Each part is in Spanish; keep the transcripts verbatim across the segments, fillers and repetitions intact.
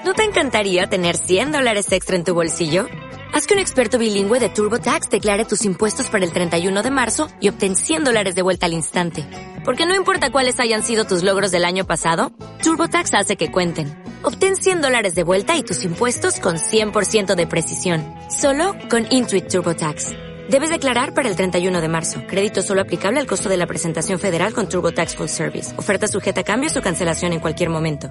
¿No te encantaría tener cien dólares extra en tu bolsillo? Haz que un experto bilingüe de TurboTax declare tus impuestos para el treinta y uno de marzo y obtén cien dólares de vuelta al instante. Porque no importa cuáles hayan sido tus logros del año pasado, TurboTax hace que cuenten. Obtén cien dólares de vuelta y tus impuestos con cien por ciento de precisión. Solo con Intuit TurboTax. Debes declarar para el treinta y uno de marzo. Crédito solo aplicable al costo de la presentación federal con TurboTax Full Service. Oferta sujeta a cambios o cancelación en cualquier momento.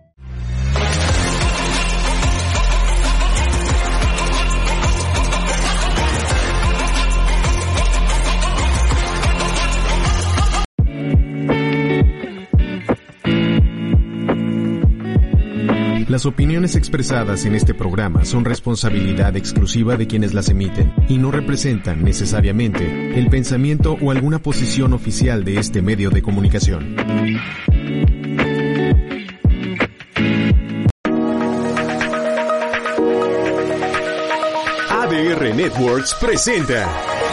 Las opiniones expresadas en este programa son responsabilidad exclusiva de quienes las emiten y no representan necesariamente el pensamiento o alguna posición oficial de este medio de comunicación. A D R Networks presenta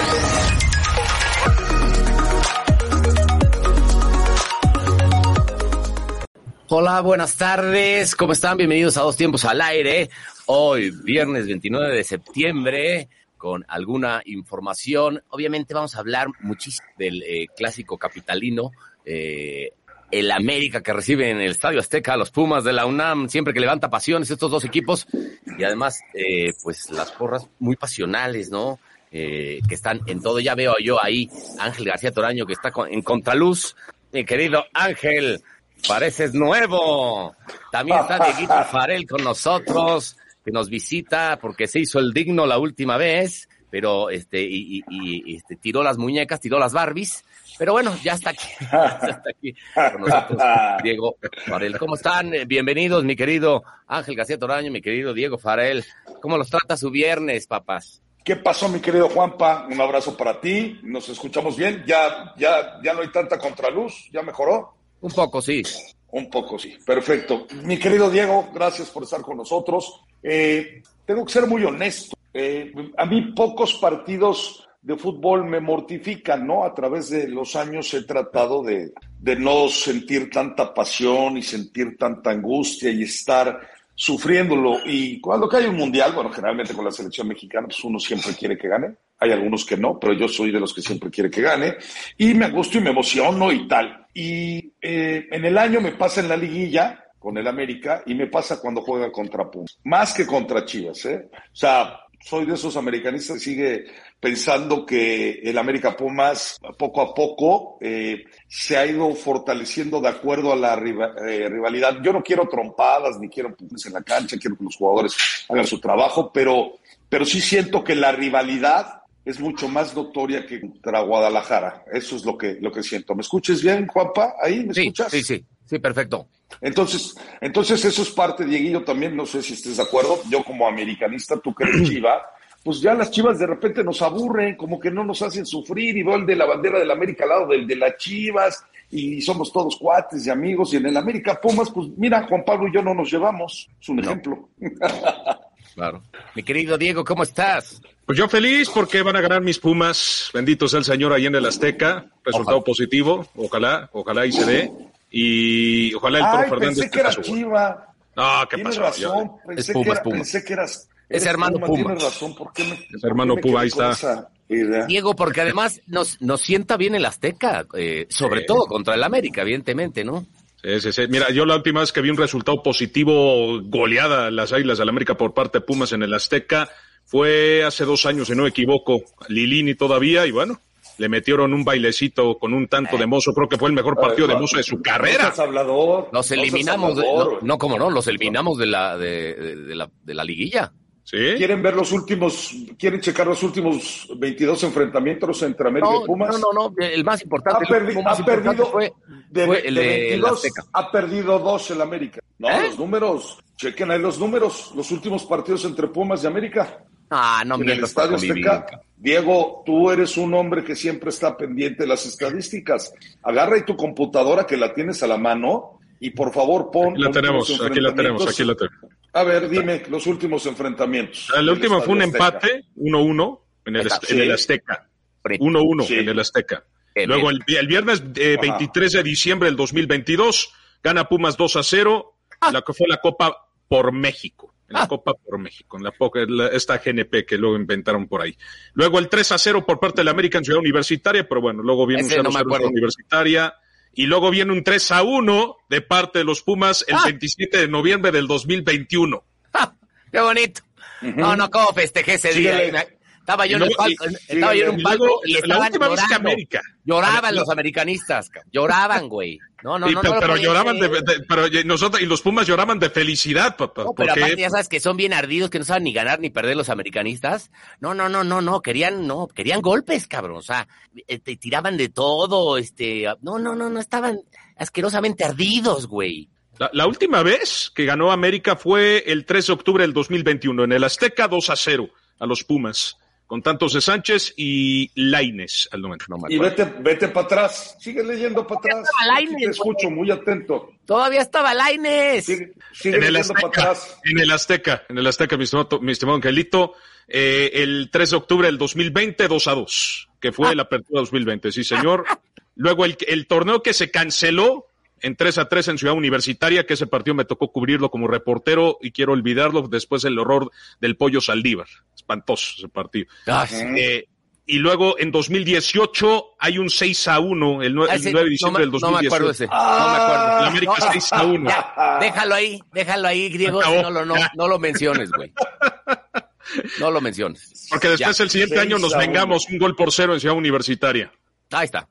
Hola, buenas tardes, ¿cómo están? Bienvenidos a Dos Tiempos al Aire. Hoy, viernes veintinueve de septiembre, con alguna información. Obviamente vamos a hablar muchísimo del eh, clásico capitalino, eh, el América que recibe en el Estadio Azteca a los Pumas de la UNAM, siempre que levanta pasiones estos dos equipos. Y además, eh, pues las porras muy pasionales, ¿no? Eh, que están en todo. Ya veo yo ahí Ángel García Toraño que está con, en contraluz. Mi querido Ángel, pareces nuevo. También está Dieguito Farel con nosotros, que nos visita porque se hizo el digno la última vez, pero este y, y, y este tiró las muñecas, tiró las Barbies, pero bueno, ya está aquí, ya está aquí con nosotros Diego Farel. ¿Cómo están? Bienvenidos, mi querido Ángel García Toraño, mi querido Diego Farel. ¿Cómo los trata su viernes, papás? ¿Qué pasó, mi querido Juanpa? Un abrazo para ti. ¿Nos escuchamos bien? ¿Ya, ya, ya no hay tanta contraluz? ¿Ya mejoró? Un poco, sí. Un poco, sí. Perfecto. Mi querido Diego, gracias por estar con nosotros. Eh, tengo que ser muy honesto. Eh, a mí pocos partidos de fútbol me mortifican, ¿no? A través de los años he tratado de, de no sentir tanta pasión y sentir tanta angustia y estar sufriéndolo. Y cuando cae un mundial, bueno, generalmente con la selección mexicana, pues uno siempre quiere que gane. Hay algunos que no, pero yo soy de los que siempre quiere que gane. Y me angusto y me emociono y tal. Y eh, en el año me pasa en la liguilla con el América y me pasa cuando juega contra Pumas. Más que contra Chivas, ¿eh? O sea, soy de esos americanistas que sigue pensando que el América Pumas poco a poco eh, se ha ido fortaleciendo de acuerdo a la riva, eh, rivalidad. Yo no quiero trompadas ni quiero pumas en la cancha, quiero que los jugadores hagan su trabajo, pero, pero sí siento que la rivalidad es mucho más notoria que contra Guadalajara. Eso es lo que, lo que siento. ¿Me escuchas bien, Juanpa? ¿Ahí me sí, escuchas? Sí, sí, sí, perfecto. Entonces, entonces eso es parte, Dieguillo, también, no sé si estés de acuerdo. Yo como americanista, tú que eres Chiva, pues ya las Chivas de repente nos aburren, como que no nos hacen sufrir, y veo el de la bandera del América al lado del de las Chivas, y somos todos cuates y amigos, y en el América Pumas, pues mira, Juan Pablo y yo no nos llevamos. Es un no. ejemplo. Claro. Mi querido Diego, ¿cómo estás? Pues yo feliz porque van a ganar mis Pumas, bendito sea el Señor ahí en el Azteca, resultado ojalá. positivo, ojalá, ojalá y se dé, y ojalá el Toro Fernández... pensé que era Chiva. No, ¿qué tienes pasó? razón, pensé, es Pumas, que era, Pumas. pensé que eras... Es hermano Puma. Puma. Tienes razón, ¿por qué me, es hermano Puma, ahí está. Diego, porque además nos, nos sienta bien el Azteca, eh, sobre sí. todo contra el América, evidentemente, ¿no? Sí, sí, sí. Mira, yo la última vez que vi un resultado positivo, goleada las Águilas del América por parte de Pumas en el Azteca, fue hace dos años, si no me equivoco, Lilini todavía, y bueno, le metieron un bailecito con un tanto eh. de Mozo, creo que fue el mejor partido de Mozo de su carrera. No seas hablador, los eliminamos, no, hablador, de, no, no, cómo no, los eliminamos de la, de, de, de la, de la liguilla. ¿Sí? ¿Quieren ver los últimos, quieren checar los últimos veintidós enfrentamientos entre América no, y Pumas? No, no, no, el más importante, ha, perdi- más ha importante perdido fue, de, fue el de de veintidós, Azteca. Ha perdido dos el América. No, ¿Eh? los números, chequen ahí los números, los últimos partidos entre Pumas y América. Ah, no en el Estadio Azteca. Diego, tú eres un hombre que siempre está pendiente de las estadísticas. Agarra ahí tu computadora que la tienes a la mano y por favor pon... Aquí la tenemos, aquí la tenemos, aquí la tenemos. A ver, dime, los últimos enfrentamientos. El último fue un empate, uno uno, en el, en el Azteca. uno uno sí. en el Azteca. Bien, Luego el, el viernes eh, veintitrés de diciembre del dos mil veintidós, gana Pumas dos a cero, ah. la que fue la Copa por México. En la ah. Copa por México, en la, la esta G N P que luego inventaron por ahí. Luego el tres a cero por parte de la América en Ciudad Universitaria, pero bueno, luego viene Ese un cero cero no Ciudad Universitaria, y luego viene un tres a uno de parte de los Pumas el ah. veintisiete de noviembre del dos mil veintiuno. Ah, ¡qué bonito! Uh-huh. No, no, ¿cómo festejé ese sí, día? Estaba yo en un palco, y, estaba yo en un palco y, y estaban la llorando. Que América. Lloraban los americanistas, lloraban, güey. No, no, y, no. Pero, no pero lloraban de, de, pero nosotros y los Pumas lloraban de felicidad, papá. No, pero porque... aparte ya sabes que son bien ardidos, que no saben ni ganar ni perder los americanistas. No, no, no, no, no, querían, no, querían golpes, cabrón. O sea, te tiraban de todo, este, no, no, no, no, estaban asquerosamente ardidos, güey. La, la última vez que ganó América fue el tres de octubre del dos mil veintiuno, en el Azteca dos a cero a los Pumas, con tantos de Sánchez y Lainez al momento. No y vete, vete para atrás, sigue leyendo para atrás. Lainez, te escucho muy atento. Todavía estaba Lainez. Sigue, sigue en, el Azteca, para atrás. en el Azteca, en el Azteca, mi estimado, mi estimado Angelito, eh, el tres de octubre del dos mil veinte, dos a dos, que fue ah. la apertura dos mil veinte, sí señor. Luego el, el torneo que se canceló en tres a tres en Ciudad Universitaria, que ese partido me tocó cubrirlo como reportero y quiero olvidarlo después del horror del Pollo Saldívar. Espantoso ese partido. Ah, sí. eh, y luego en dos mil dieciocho hay un seis a uno, el, nue- ah, sí, el nueve de diciembre no, del dos mil dieciocho. No me acuerdo ese. Ah, no me acuerdo. La América no, seis a uno. Ya, déjalo ahí, déjalo ahí, griego. No lo, no, no lo menciones, güey. No lo menciones. Porque después ya. el siguiente año nos vengamos un gol por cero en Ciudad Universitaria. Ahí está.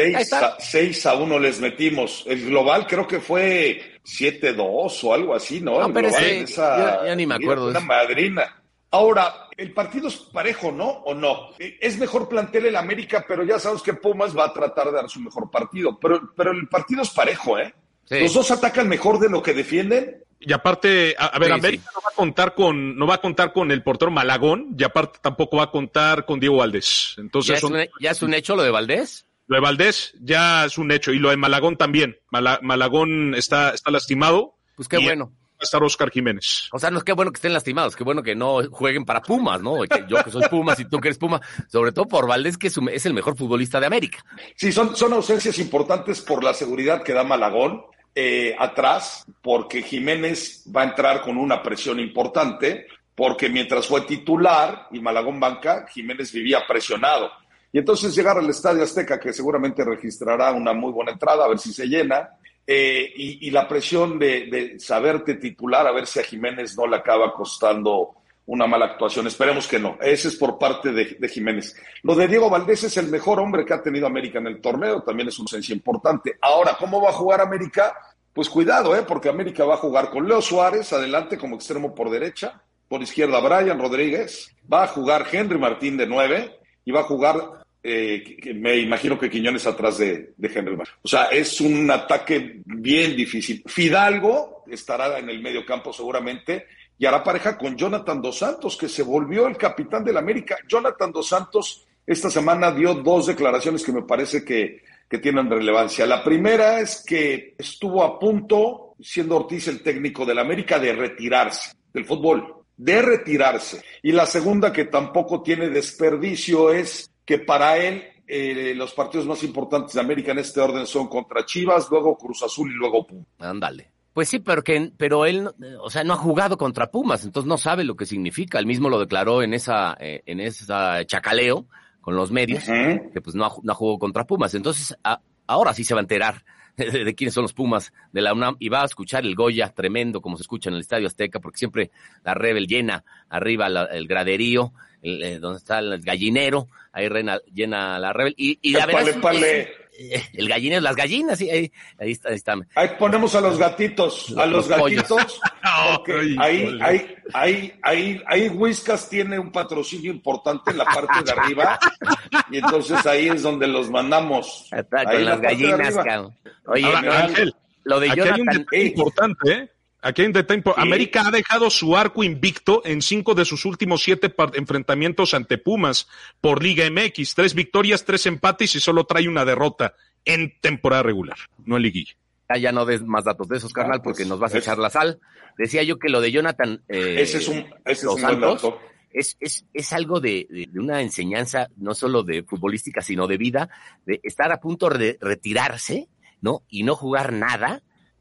seis a uno les metimos. El global creo que fue siete dos o algo así, ¿no? No, el pero global, ese, esa, ya, ya ni me acuerdo. Una madrina. Ahora, el partido es parejo, ¿no? ¿O no? Es mejor plantel el América, pero ya sabemos que Pumas va a tratar de dar su mejor partido. Pero, pero el partido es parejo, ¿eh? Sí. Los dos atacan mejor de lo que defienden. Y aparte, a, a ver, sí, América sí. no va a contar con, no va a contar con el portero Malagón, y aparte tampoco va a contar con Diego Valdés. Entonces, ¿Ya es, son... un, ¿ya es un hecho lo de Valdés? Lo de Valdés ya es un hecho, y lo de Malagón también. Mala, Malagón está, está lastimado. Pues qué bueno. Va a estar Oscar Jiménez. O sea, no es que bueno que estén lastimados, qué bueno que no jueguen para Pumas, ¿no? Que yo que soy Pumas y tú que eres Puma, sobre todo por Valdés, que es, un, es el mejor futbolista de América. Sí, son, son ausencias importantes por la seguridad que da Malagón eh, atrás, porque Jiménez va a entrar con una presión importante, porque mientras fue titular y Malagón banca, Jiménez vivía presionado. Y entonces llegar al Estadio Azteca, que seguramente registrará una muy buena entrada, a ver si se llena, eh, y, y la presión de, de saberte titular, a ver si a Jiménez no le acaba costando una mala actuación. Esperemos que no. Ese es por parte de, de Jiménez. Lo de Diego Valdés es el mejor hombre que ha tenido América en el torneo, también es una ausencia importante. Ahora, ¿cómo va a jugar América? Pues cuidado, ¿eh? Porque América va a jugar con Leo Suárez, adelante como extremo por derecha, por izquierda Brian Rodríguez, va a jugar Henry Martín de nueve, y va a jugar... Eh, que me imagino que Quiñones atrás de, de Henry Martín. O sea, es un ataque bien difícil. Fidalgo estará en el medio campo seguramente y hará pareja con Jonathan Dos Santos, que se volvió el capitán del América. Jonathan Dos Santos esta semana dio dos declaraciones que me parece que, que tienen relevancia. La primera es que estuvo a punto, siendo Ortiz el técnico del América, de retirarse del fútbol, de retirarse. Y la segunda, que tampoco tiene desperdicio, es que para él eh, los partidos más importantes de América en este orden son contra Chivas, luego Cruz Azul y luego Pumas. Ándale. Pues sí, pero que, pero él, o sea, no ha jugado contra Pumas, entonces no sabe lo que significa. Él mismo lo declaró en esa, eh, en esa chacaleo con los medios, uh-huh. que pues no ha, no ha jugado contra Pumas. Entonces, a, ahora sí se va a enterar de, de quiénes son los Pumas de la UNAM y va a escuchar el Goya tremendo como se escucha en el Estadio Azteca, porque siempre la Rebel llena arriba la, el graderío, el, eh, donde está el gallinero, ahí reina, llena la Rebel, y, y la verdad pale, es, es, el gallinero, las gallinas, sí, ahí, ahí está, ahí está. Ahí ponemos a los gatitos, a los, los gatitos, porque ahí, ahí, ahí, ahí, ahí Whiskas tiene un patrocinio importante en la parte de arriba, y entonces ahí es donde los mandamos. Está, con las gallinas, cabrón. Oye, ahora, no, Ángel, lo de aquí Jonathan, hay un detalle importante, ¿eh? Aquí hay un detalle importante. Sí. América ha dejado su arco invicto en cinco de sus últimos siete par- enfrentamientos ante Pumas por Liga M X. Tres victorias, tres empates y solo trae una derrota en temporada regular, no en liguilla. Ah, ya no des más datos de esos, carnal, ah, pues, porque nos vas a es... echar la sal. Decía yo que lo de Jonathan eh, ese es un, ese Dos es Santos un es, es, es algo de, de, de una enseñanza, no solo de futbolística, sino de vida, de estar a punto de retirarse, ¿no? Y no jugar nada, a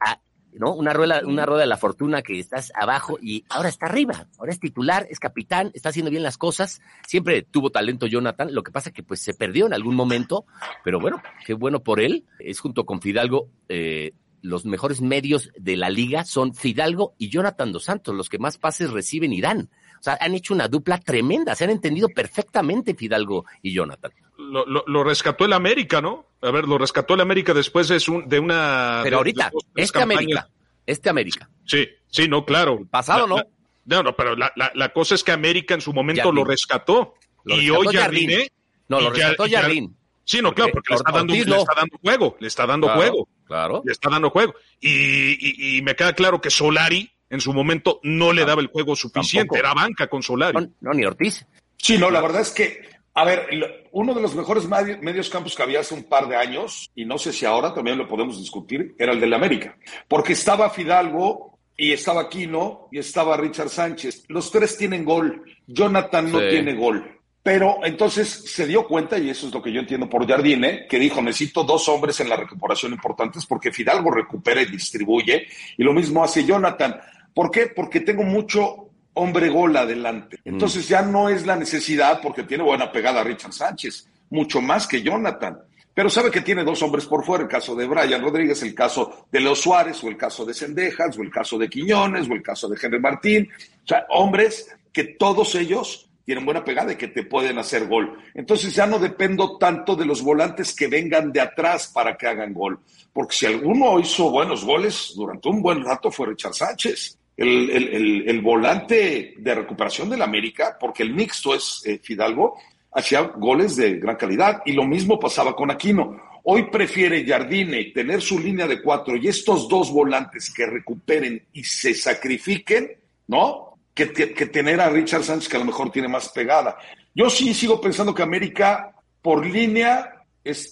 ¿no? Una rueda, una rueda de la fortuna que estás abajo y ahora está arriba, ahora es titular, es capitán, está haciendo bien las cosas, siempre tuvo talento Jonathan, lo que pasa que pues se perdió en algún momento, pero bueno, qué bueno por él, es junto con Fidalgo, eh, los mejores medios de la liga son Fidalgo y Jonathan Dos Santos, los que más pases reciben y dan. O sea, han hecho una dupla tremenda, se han entendido perfectamente Fidalgo y Jonathan. Lo, lo, lo rescató el América, ¿no? A ver, lo rescató el América después de, un, de una... Pero de, ahorita, de dos, este campañas. América, este América. Sí, sí, no, claro. El pasado, la, ¿no? La, no, no, pero la, la, la cosa es que América en su momento Jardín. lo rescató. Lo y rescató hoy Jardín, ¿eh? No, lo y rescató ya, Jardín. Sí, no, claro, porque le está, dando, Ortiz, le no. está dando juego, le está dando Claro, juego. Claro. Le está dando juego. Y, y, y me queda claro que Solari en su momento no le daba el juego suficiente, Tampoco. Era banca con Solari. No, no, ni Ortiz. Sí, no, la verdad es que, a ver, uno de los mejores medios campos que había hace un par de años, y no sé si ahora también lo podemos discutir, era el del América. Porque estaba Fidalgo, y estaba Aquino, y estaba Richard Sánchez. Los tres tienen gol. Jonathan no Sí. tiene gol. Pero entonces se dio cuenta, y eso es lo que yo entiendo por Jardine, que dijo, necesito dos hombres en la recuperación importantes porque Fidalgo recupera y distribuye, y lo mismo hace Jonathan. ¿Por qué? Porque tengo mucho hombre gol adelante. Entonces ya no es la necesidad, porque tiene buena pegada Richard Sánchez, mucho más que Jonathan. Pero sabe que tiene dos hombres por fuera, el caso de Brian Rodríguez, el caso de Leo Suárez, o el caso de Cendejas, o el caso de Quiñones, o el caso de Henry Martín. O sea, hombres que todos ellos tienen buena pegada y que te pueden hacer gol. Entonces ya no dependo tanto de los volantes que vengan de atrás para que hagan gol. Porque si alguno hizo buenos goles durante un buen rato fue Richard Sánchez. El, el, el, el volante de recuperación del América, porque el mixto es eh, Fidalgo, hacía goles de gran calidad. Y lo mismo pasaba con Aquino. Hoy prefiere Jardine tener su línea de cuatro y estos dos volantes que recuperen y se sacrifiquen, ¿no? Que, que, que tener a Richard Sánchez, que a lo mejor tiene más pegada. Yo sí sigo pensando que América, por línea,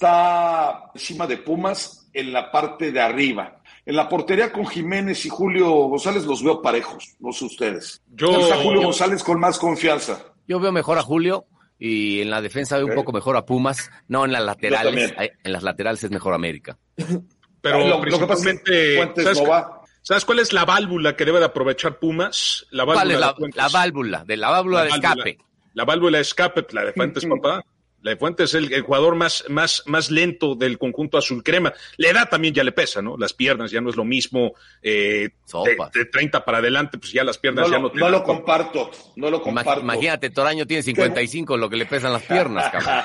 está encima de Pumas en la parte de arriba. En la portería con Jiménez y Julio González los veo parejos, no sé ustedes. Yo, está Julio yo, González con más confianza. Yo veo mejor a Julio y en la defensa veo Okay. un poco mejor a Pumas. No, en las laterales, en las laterales es mejor América. pero lo, lo que pasa es que Fuentes ¿sabes, no va. ¿sabes cuál es la válvula que debe de aprovechar Pumas? La válvula ¿Cuál es la, de Fuentes. la válvula? De la válvula La de válvula. escape. La válvula de escape, la de Fuentes, papá. La de Fuentes es el, el jugador más, más, más lento del conjunto azul crema. La edad también ya le pesa, ¿no? Las piernas ya no es lo mismo. Eh, de, de treinta para adelante, pues ya las piernas no ya lo, no te No dan. lo comparto, no lo comparto. Imagínate, Toraño tiene cincuenta y cinco, lo que le pesan las piernas, cabrón.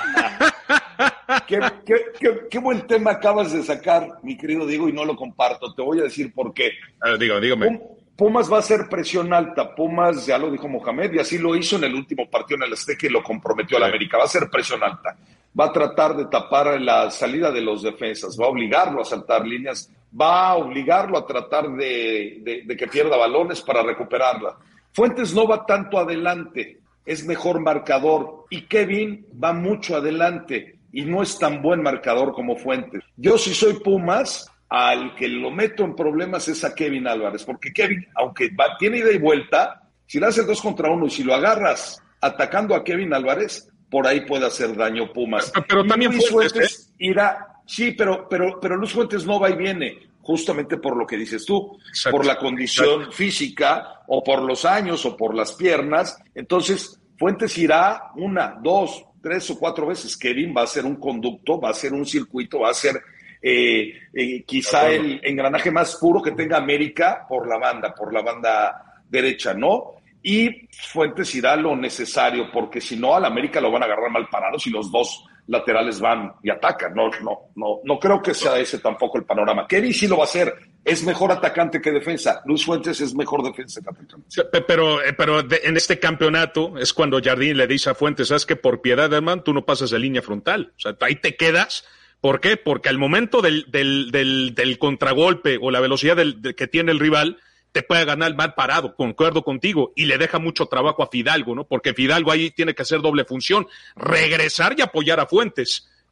qué, qué, qué, qué buen tema acabas de sacar, mi querido Diego, y no lo comparto. Te voy a decir por qué. Ah, digo, dígame. Pumas va a hacer presión alta. Pumas, ya lo dijo Mohamed, y así lo hizo en el último partido en el Azteca y lo comprometió a la América. Va a hacer presión alta. Va a tratar de tapar la salida de los defensas. Va a obligarlo a saltar líneas. Va a obligarlo a tratar de, de, de que pierda balones para recuperarla. Fuentes no va tanto adelante. Es mejor marcador. Y Kevin va mucho adelante. Y no es tan buen marcador como Fuentes. Yo, si soy Pumas, al que lo meto en problemas es a Kevin Álvarez, porque Kevin, aunque va, tiene ida y vuelta, si le haces dos contra uno y si lo agarras atacando a Kevin Álvarez, por ahí puede hacer daño Pumas. Pero, pero también Luis Fuentes, Fuentes ¿eh? irá, sí, pero, pero, pero Luis Fuentes no va y viene, justamente por lo que dices tú, Exacto. por la condición Exacto. física, o por los años, o por las piernas. Entonces, Fuentes irá una, dos, tres o cuatro veces. Kevin va a ser un conducto, va a ser un circuito, va a ser Eh, eh, quizá el engranaje más puro que tenga América por la banda, por la banda derecha, ¿no? Y Fuentes irá lo necesario, porque si no, al América lo van a agarrar mal parado si los dos laterales van y atacan. No, no, no, no creo que sea ese tampoco el panorama. Kevin sí lo va a hacer, es mejor atacante que defensa. Luis Fuentes es mejor defensa que atacante. Pero, pero de, en este campeonato es cuando Jardín le dice a Fuentes, sabes que por piedad, hermano, tú no pasas de línea frontal. O sea, ahí te quedas. ¿Por qué? Porque al momento del, del, del, del contragolpe o la velocidad del, de, que tiene el rival, te puede ganar mal parado, concuerdo contigo, y le deja mucho trabajo a Fidalgo, ¿no? Porque Fidalgo ahí tiene que hacer doble función, regresar y apoyar a Fuentes.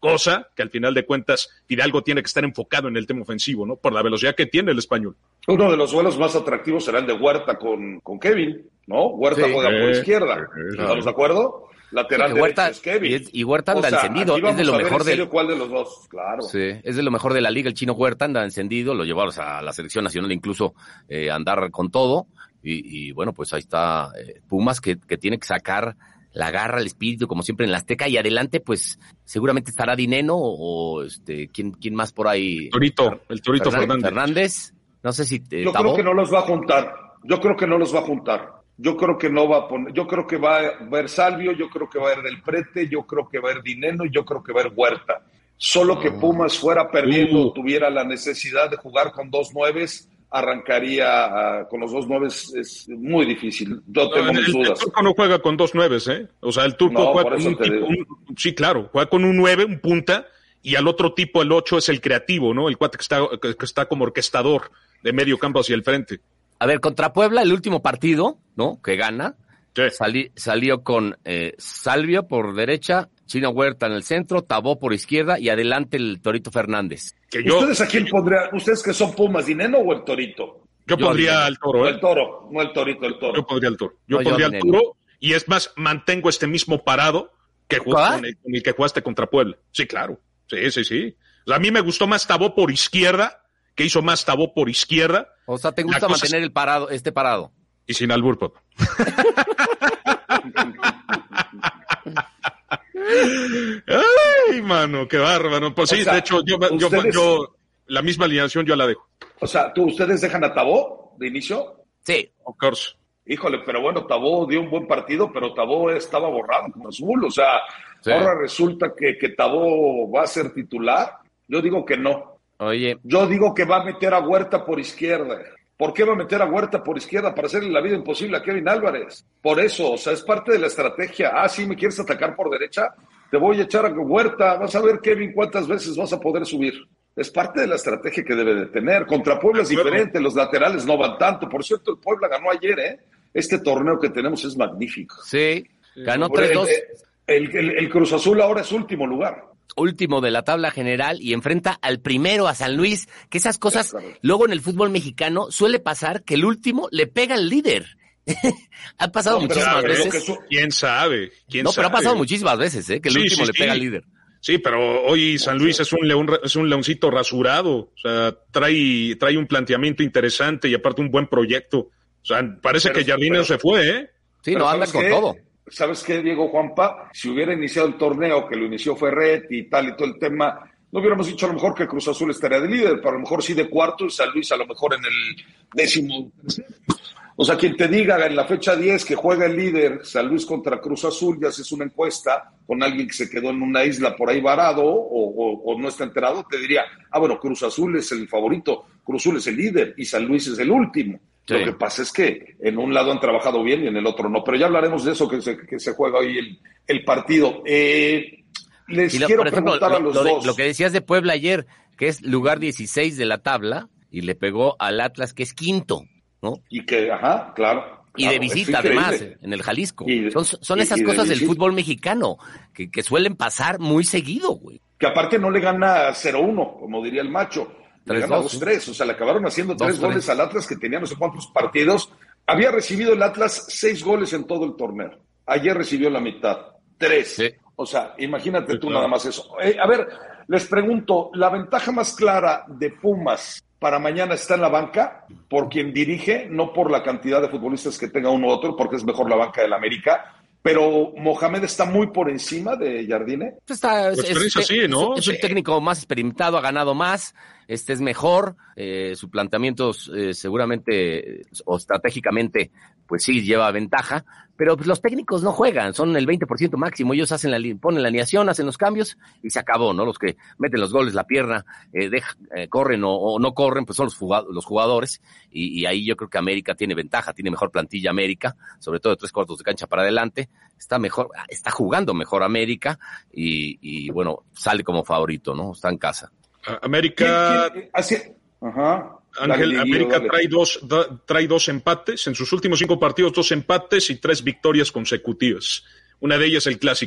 cosa que al final de cuentas Fidalgo tiene que estar enfocado en el tema ofensivo, ¿no? Por la velocidad que tiene el español. Uno de los duelos más atractivos será el de Huerta con, con Kevin, ¿no? Huerta sí, juega eh, por izquierda, eh, ¿estamos de acuerdo? Lateral sí, derecho Huerta, es Kevin. Y, es, y Huerta anda o sea, encendido, es de lo mejor del... ¿Cuál de los dos? Claro. Sí, es de lo mejor de la liga, el chino Huerta anda encendido, lo llevamos a la selección nacional incluso eh, a andar con todo, y, y bueno, pues ahí está eh, Pumas que, que tiene que sacar la garra, el espíritu, como siempre en la Azteca, y adelante pues seguramente estará Dineno o, o este, ¿quién, quién más por ahí? Torito, el Torito Fernández. Fernández, no sé si... Eh, Yo Tabo. creo que no los va a juntar, yo creo que no los va a juntar. Yo creo que no va a poner, yo creo que va a ver Salvio, yo creo que va a ir Del Prete, yo creo que va a ir Dineno y yo creo que va a ir Huerta. Solo que Pumas fuera perdiendo, uh. tuviera la necesidad de jugar con dos nueves, arrancaría uh, con los dos nueves, es muy difícil. Yo tengo no, mis el, dudas. El Turco no juega con dos nueves, ¿eh? O sea, el Turco no, juega con un tipo, un, sí, claro, juega con un nueve, un punta, y al otro tipo, el ocho, es el creativo, ¿no? El cuate que está, que, que está como orquestador de medio campo hacia el frente. A ver, contra Puebla, el último partido, ¿no? Que gana, sí. Salí, salió con eh, Salvio por derecha, Chino Huerta en el centro, Tabó por izquierda y adelante el Torito Fernández. Que yo, ¿Ustedes a quién pondrían? ¿Ustedes que son Pumas, Dineno o el Torito? Yo, yo pondría al Toro, ¿eh? El Toro, no el Torito, el Toro. Yo pondría al Toro. Yo no, pondría yo al Toro y es más, mantengo este mismo parado que jugaste con el, con el que jugaste contra Puebla. Sí, claro. Sí, sí, sí. O sea, a mí me gustó más Tabó por izquierda, que hizo más Tabó por izquierda. O sea, ¿te gusta mantener es... el parado, este parado? Y sin albur, papá. Ay, mano, qué bárbaro. Pues o sí, sea, de hecho, yo, ustedes... yo, yo, la misma alineación yo la dejo. O sea, ¿tú, ¿ustedes dejan a Tabó de inicio? Sí. Of course. Híjole, pero bueno, Tabó dio un buen partido, pero Tabó estaba borrado con azul. O sea, sí. Ahora resulta que, que Tabó va a ser titular. Yo digo que no. Oye. Yo digo que va a meter a Huerta por izquierda. ¿Por qué va a meter a Huerta por izquierda? Para hacerle la vida imposible a Kevin Álvarez. Por eso, o sea, es parte de la estrategia. Ah, sí, ¿me quieres atacar por derecha? Te voy a echar a Huerta. Vas a ver, Kevin, cuántas veces vas a poder subir. Es parte de la estrategia que debe de tener. Contra Puebla es diferente, los laterales no van tanto. Por cierto, el Puebla ganó ayer, ¿eh? Este torneo que tenemos es magnífico. Sí, ganó tres dos. El, el, el, el Cruz Azul ahora es último lugar. Último de la tabla general y enfrenta al primero, a San Luis, que esas cosas, sí, claro. Luego en el fútbol mexicano suele pasar que el último le pega al líder. Ha pasado no, muchísimas sabe, veces. Eso... ¿Quién sabe? ¿Quién no, sabe? pero ha pasado muchísimas veces, ¿eh? Que el sí, último sí, le pega sí. al líder. Sí, pero hoy San Luis es un león, es un leoncito rasurado. O sea, trae, trae un planteamiento interesante y aparte un buen proyecto. O sea, parece pero, que Jardinero se fue, ¿eh? Sí, no anda con todo. ¿Sabes qué, Diego Juanpa? Si hubiera iniciado el torneo, que lo inició Ferretti y tal y todo el tema, no hubiéramos dicho a lo mejor que Cruz Azul estaría de líder, pero a lo mejor sí de cuarto y San Luis a lo mejor en el décimo. O sea, quien te diga en la fecha diez que juega el líder San Luis contra Cruz Azul y haces una encuesta con alguien que se quedó en una isla por ahí varado o, o, o no está enterado, te diría, ah, bueno, Cruz Azul es el favorito, Cruz Azul es el líder y San Luis es el último. Sí. Lo que pasa es que en un lado han trabajado bien y en el otro no. Pero ya hablaremos de eso que se, que se juega hoy el, el partido. Eh, les lo, quiero ejemplo, preguntar lo, a los lo dos. De, lo que decías de Puebla ayer, que es lugar dieciséis de la tabla, y le pegó al Atlas, que es quinto, ¿no? Y que, ajá, claro. Y claro, de visita, además, en el Jalisco. Y, son son y, esas y cosas de del fútbol mexicano que, que suelen pasar muy seguido, güey. Que aparte no le gana cero uno, como diría el macho. Le gana dos tres, o sea, le acabaron haciendo dos, tres goles al Atlas que tenía no sé cuántos partidos. Había recibido el Atlas seis goles en todo el torneo. Ayer recibió la mitad, tres. Sí. O sea, imagínate sí, tú claro. Nada más eso. Eh, a ver, les pregunto, ¿la ventaja más clara de Pumas para mañana está en la banca? Por quien dirige, no por la cantidad de futbolistas que tenga uno u otro, porque es mejor la banca del América. Pero Mohamed está muy por encima de Jardine. Está, es, es, así, ¿no? es, es un técnico más experimentado, ha ganado más, este es mejor, eh, su planteamiento eh, seguramente o estratégicamente, pues sí, lleva ventaja, pero pues los técnicos no juegan, son el veinte por ciento máximo, ellos hacen la, ponen la alineación, hacen los cambios y se acabó, ¿no? Los que meten los goles, la pierna, eh, deja, eh, corren o, o no corren, pues son los, jugado, los jugadores y, y ahí yo creo que América tiene ventaja, tiene mejor plantilla América, sobre todo de tres cuartos de cancha para adelante, está mejor, está jugando mejor América y, y bueno, sale como favorito, ¿no? Está en casa. América... ¿Quién, quién, así, ajá. Ángel, dale, América dale. trae dos da, trae dos empates, en sus últimos cinco partidos, dos empates y tres victorias consecutivas. Una de ellas el clásico.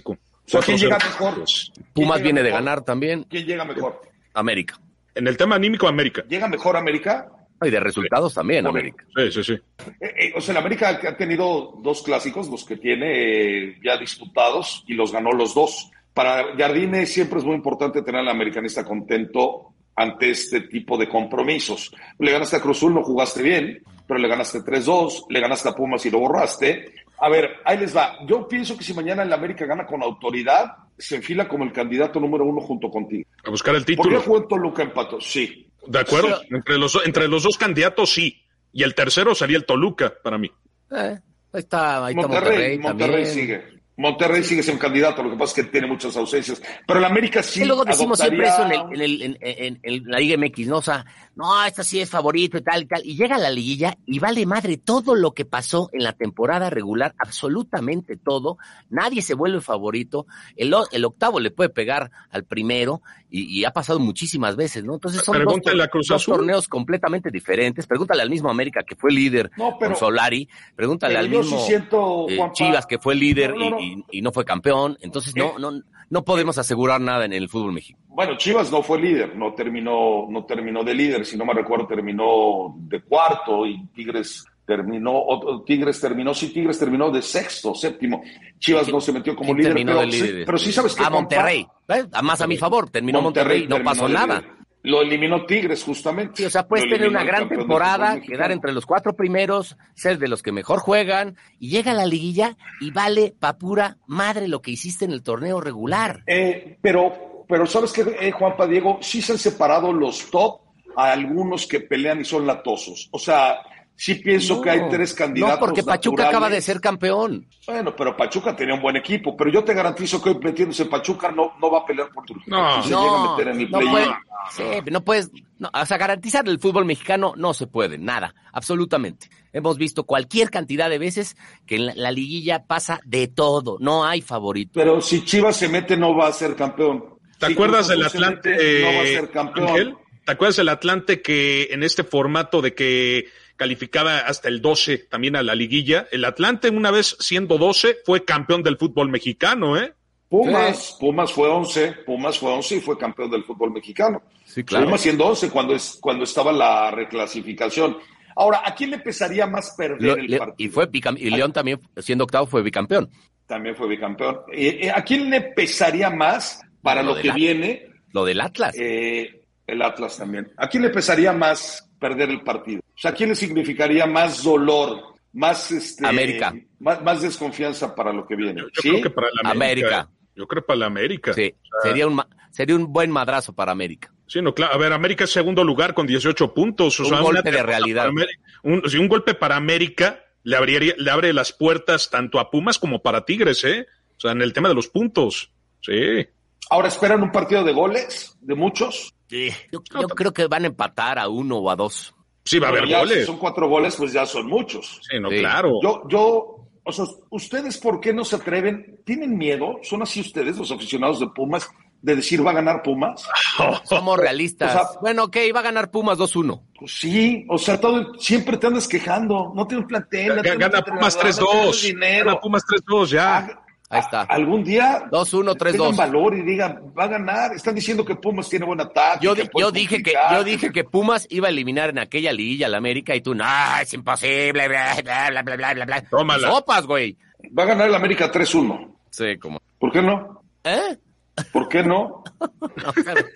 O sea, ¿quién llega mejor? Pumas llega viene de mejor? ganar también. ¿Quién llega mejor? América. En el tema anímico, América. ¿Llega mejor América? Y de resultados sí. también, Bueno, América. Sí, sí, sí. Eh, eh, o sea, el América ha tenido dos clásicos, los que tiene eh, ya disputados, y los ganó los dos. Para Jardine siempre es muy importante tener al americanista contento ante este tipo de compromisos. Le ganaste a Cruz Azul, no jugaste bien, pero le ganaste tres dos, le ganaste a Pumas y lo borraste. A ver, ahí les va. Yo pienso que si mañana el América gana con autoridad, se enfila como el candidato número uno junto contigo. A buscar el título. ¿Por qué jugó en Toluca empató? Sí. De acuerdo, Sí. entre los entre los dos candidatos sí, y el tercero sería el Toluca para mí. Eh, ahí está, ahí está Monterrey, Monterrey, Monterrey también. sigue. Monterrey sigue siendo candidato, lo que pasa es que tiene muchas ausencias. Pero el América sí. Y luego decimos siempre adoptaría... eso en, el, en, el, en, en, en la Liga M X, ¿no? O sea, no, esta sí es favorito y tal y tal. Y llega a la liguilla y vale madre todo lo que pasó en la temporada regular, absolutamente todo. Nadie se vuelve favorito. El, el octavo le puede pegar al primero y, y ha pasado muchísimas veces, ¿no? Entonces son dos, Pregúntale a Cruz dos Azul. torneos completamente diferentes. Pregúntale al mismo América que fue líder No, pero- con Solari. Pregúntale pero al yo mismo sí siento, eh, Juanpa- Chivas que fue líder No, no, no. Y, y, y no fue campeón. Entonces no, Eh. no, no podemos asegurar nada en el fútbol mexicano. Bueno, Chivas no fue líder, no terminó, no terminó de líder, si no me recuerdo terminó de cuarto y Tigres terminó, o, o Tigres terminó, sí, Tigres terminó de sexto, séptimo. Chivas no se metió como ¿Quién líder, terminó pero, de líder? sí, pero sí sabes que A Monterrey. ¿Eh? Más a mi favor, terminó Monterrey, no terminó pasó de nada. líder. Lo eliminó Tigres, justamente. Sí, o sea, puedes Lo tener eliminó una el gran campeón del temporada, fútbol mexicano. quedar entre los cuatro primeros, ser de los que mejor juegan, y llega a la liguilla y vale pa' pura madre lo que hiciste en el torneo regular. Eh, pero, pero ¿sabes qué, eh, Juanpa, Diego? Sí se han separado los top a algunos que pelean y son latosos. O sea, sí pienso No, que hay tres candidatos No, porque Pachuca naturales. acaba de ser campeón. Bueno, pero Pachuca tenía un buen equipo, pero yo te garantizo que hoy metiéndose Pachuca no, no va a pelear por tu No. se llega a No, meter en el no play-in. puede, sí, no puedes, no, o sea, garantizar el fútbol mexicano no se puede, nada, absolutamente. Hemos visto cualquier cantidad de veces que en la, la liguilla pasa de todo, no hay favorito. Pero si Chivas se mete, no va a ser campeón. ¿Te Si acuerdas Cruz del Azul se Atlante, mete, no va a eh, ser campeón. Ángel? ¿Te acuerdas del Atlante que en este formato de que calificaba hasta el doce también a la liguilla? El Atlante, una vez siendo doce, fue campeón del fútbol mexicano, ¿eh? Pumas, Pumas fue once, Pumas fue once y fue campeón del fútbol mexicano. Sí, claro. Pumas siendo once cuando, es, cuando estaba la reclasificación. Ahora, ¿a quién le pesaría más perder Lo- el le- partido? y fue bicam- y León también, siendo octavo, fue bicampeón. También fue bicampeón. Eh, eh, ¿A quién le pesaría más para Lo lo, del que Atlas. viene? Lo del Atlas. Eh, el Atlas también. ¿A quién le pesaría más perder el partido? O sea, ¿a quién le significaría más dolor, más este, América. más, más desconfianza para lo que viene? Yo, yo ¿Sí? creo que para la América. América. ¿eh? Yo creo para la América. Sí, sería un, ma- sería un buen madrazo para América. Sí, no, claro. A ver, América es segundo lugar con dieciocho puntos. O Un sea, golpe una de derrota realidad. para América. Un, sí, un golpe para América le, abriría, le abre las puertas tanto a Pumas como para Tigres, ¿eh? O sea, en el tema de los puntos. Sí. Ahora esperan un partido de goles, de muchos. Sí. Yo, yo creo que van a empatar a uno o a dos. Sí, va a Pero haber ya, goles. Si son cuatro goles, pues ya son muchos. Sí, no, Sí. claro. Yo, yo, o sea, ¿ustedes por qué no se atreven? ¿Tienen miedo? ¿Son así ustedes, los aficionados de Pumas, de decir va a ganar Pumas? Somos realistas. O sea- bueno, ok, va a ganar Pumas dos uno. Pues sí, o sea, todo, siempre te andas quejando. No tienes plantel, no Ga- tienes Gana entrenador, Pumas tres no tienes dos. dinero. Gana Pumas tres dos, ya. Ah, Ahí está. a- Algún día dos uno, tres dos. tengan valor y digan, va a ganar. Están diciendo que Pumas tiene buen ataque. Yo, que di- puede yo dije que complicar, yo dije que Pumas iba a eliminar en aquella liguilla al América y tú, no, es imposible, bla, bla, bla, bla, bla, bla, bla. Tómala. Sopas, güey. Va a ganar el América tres uno. Sí, como. ¿Por qué no? ¿Eh? ¿Por qué no? No, pero-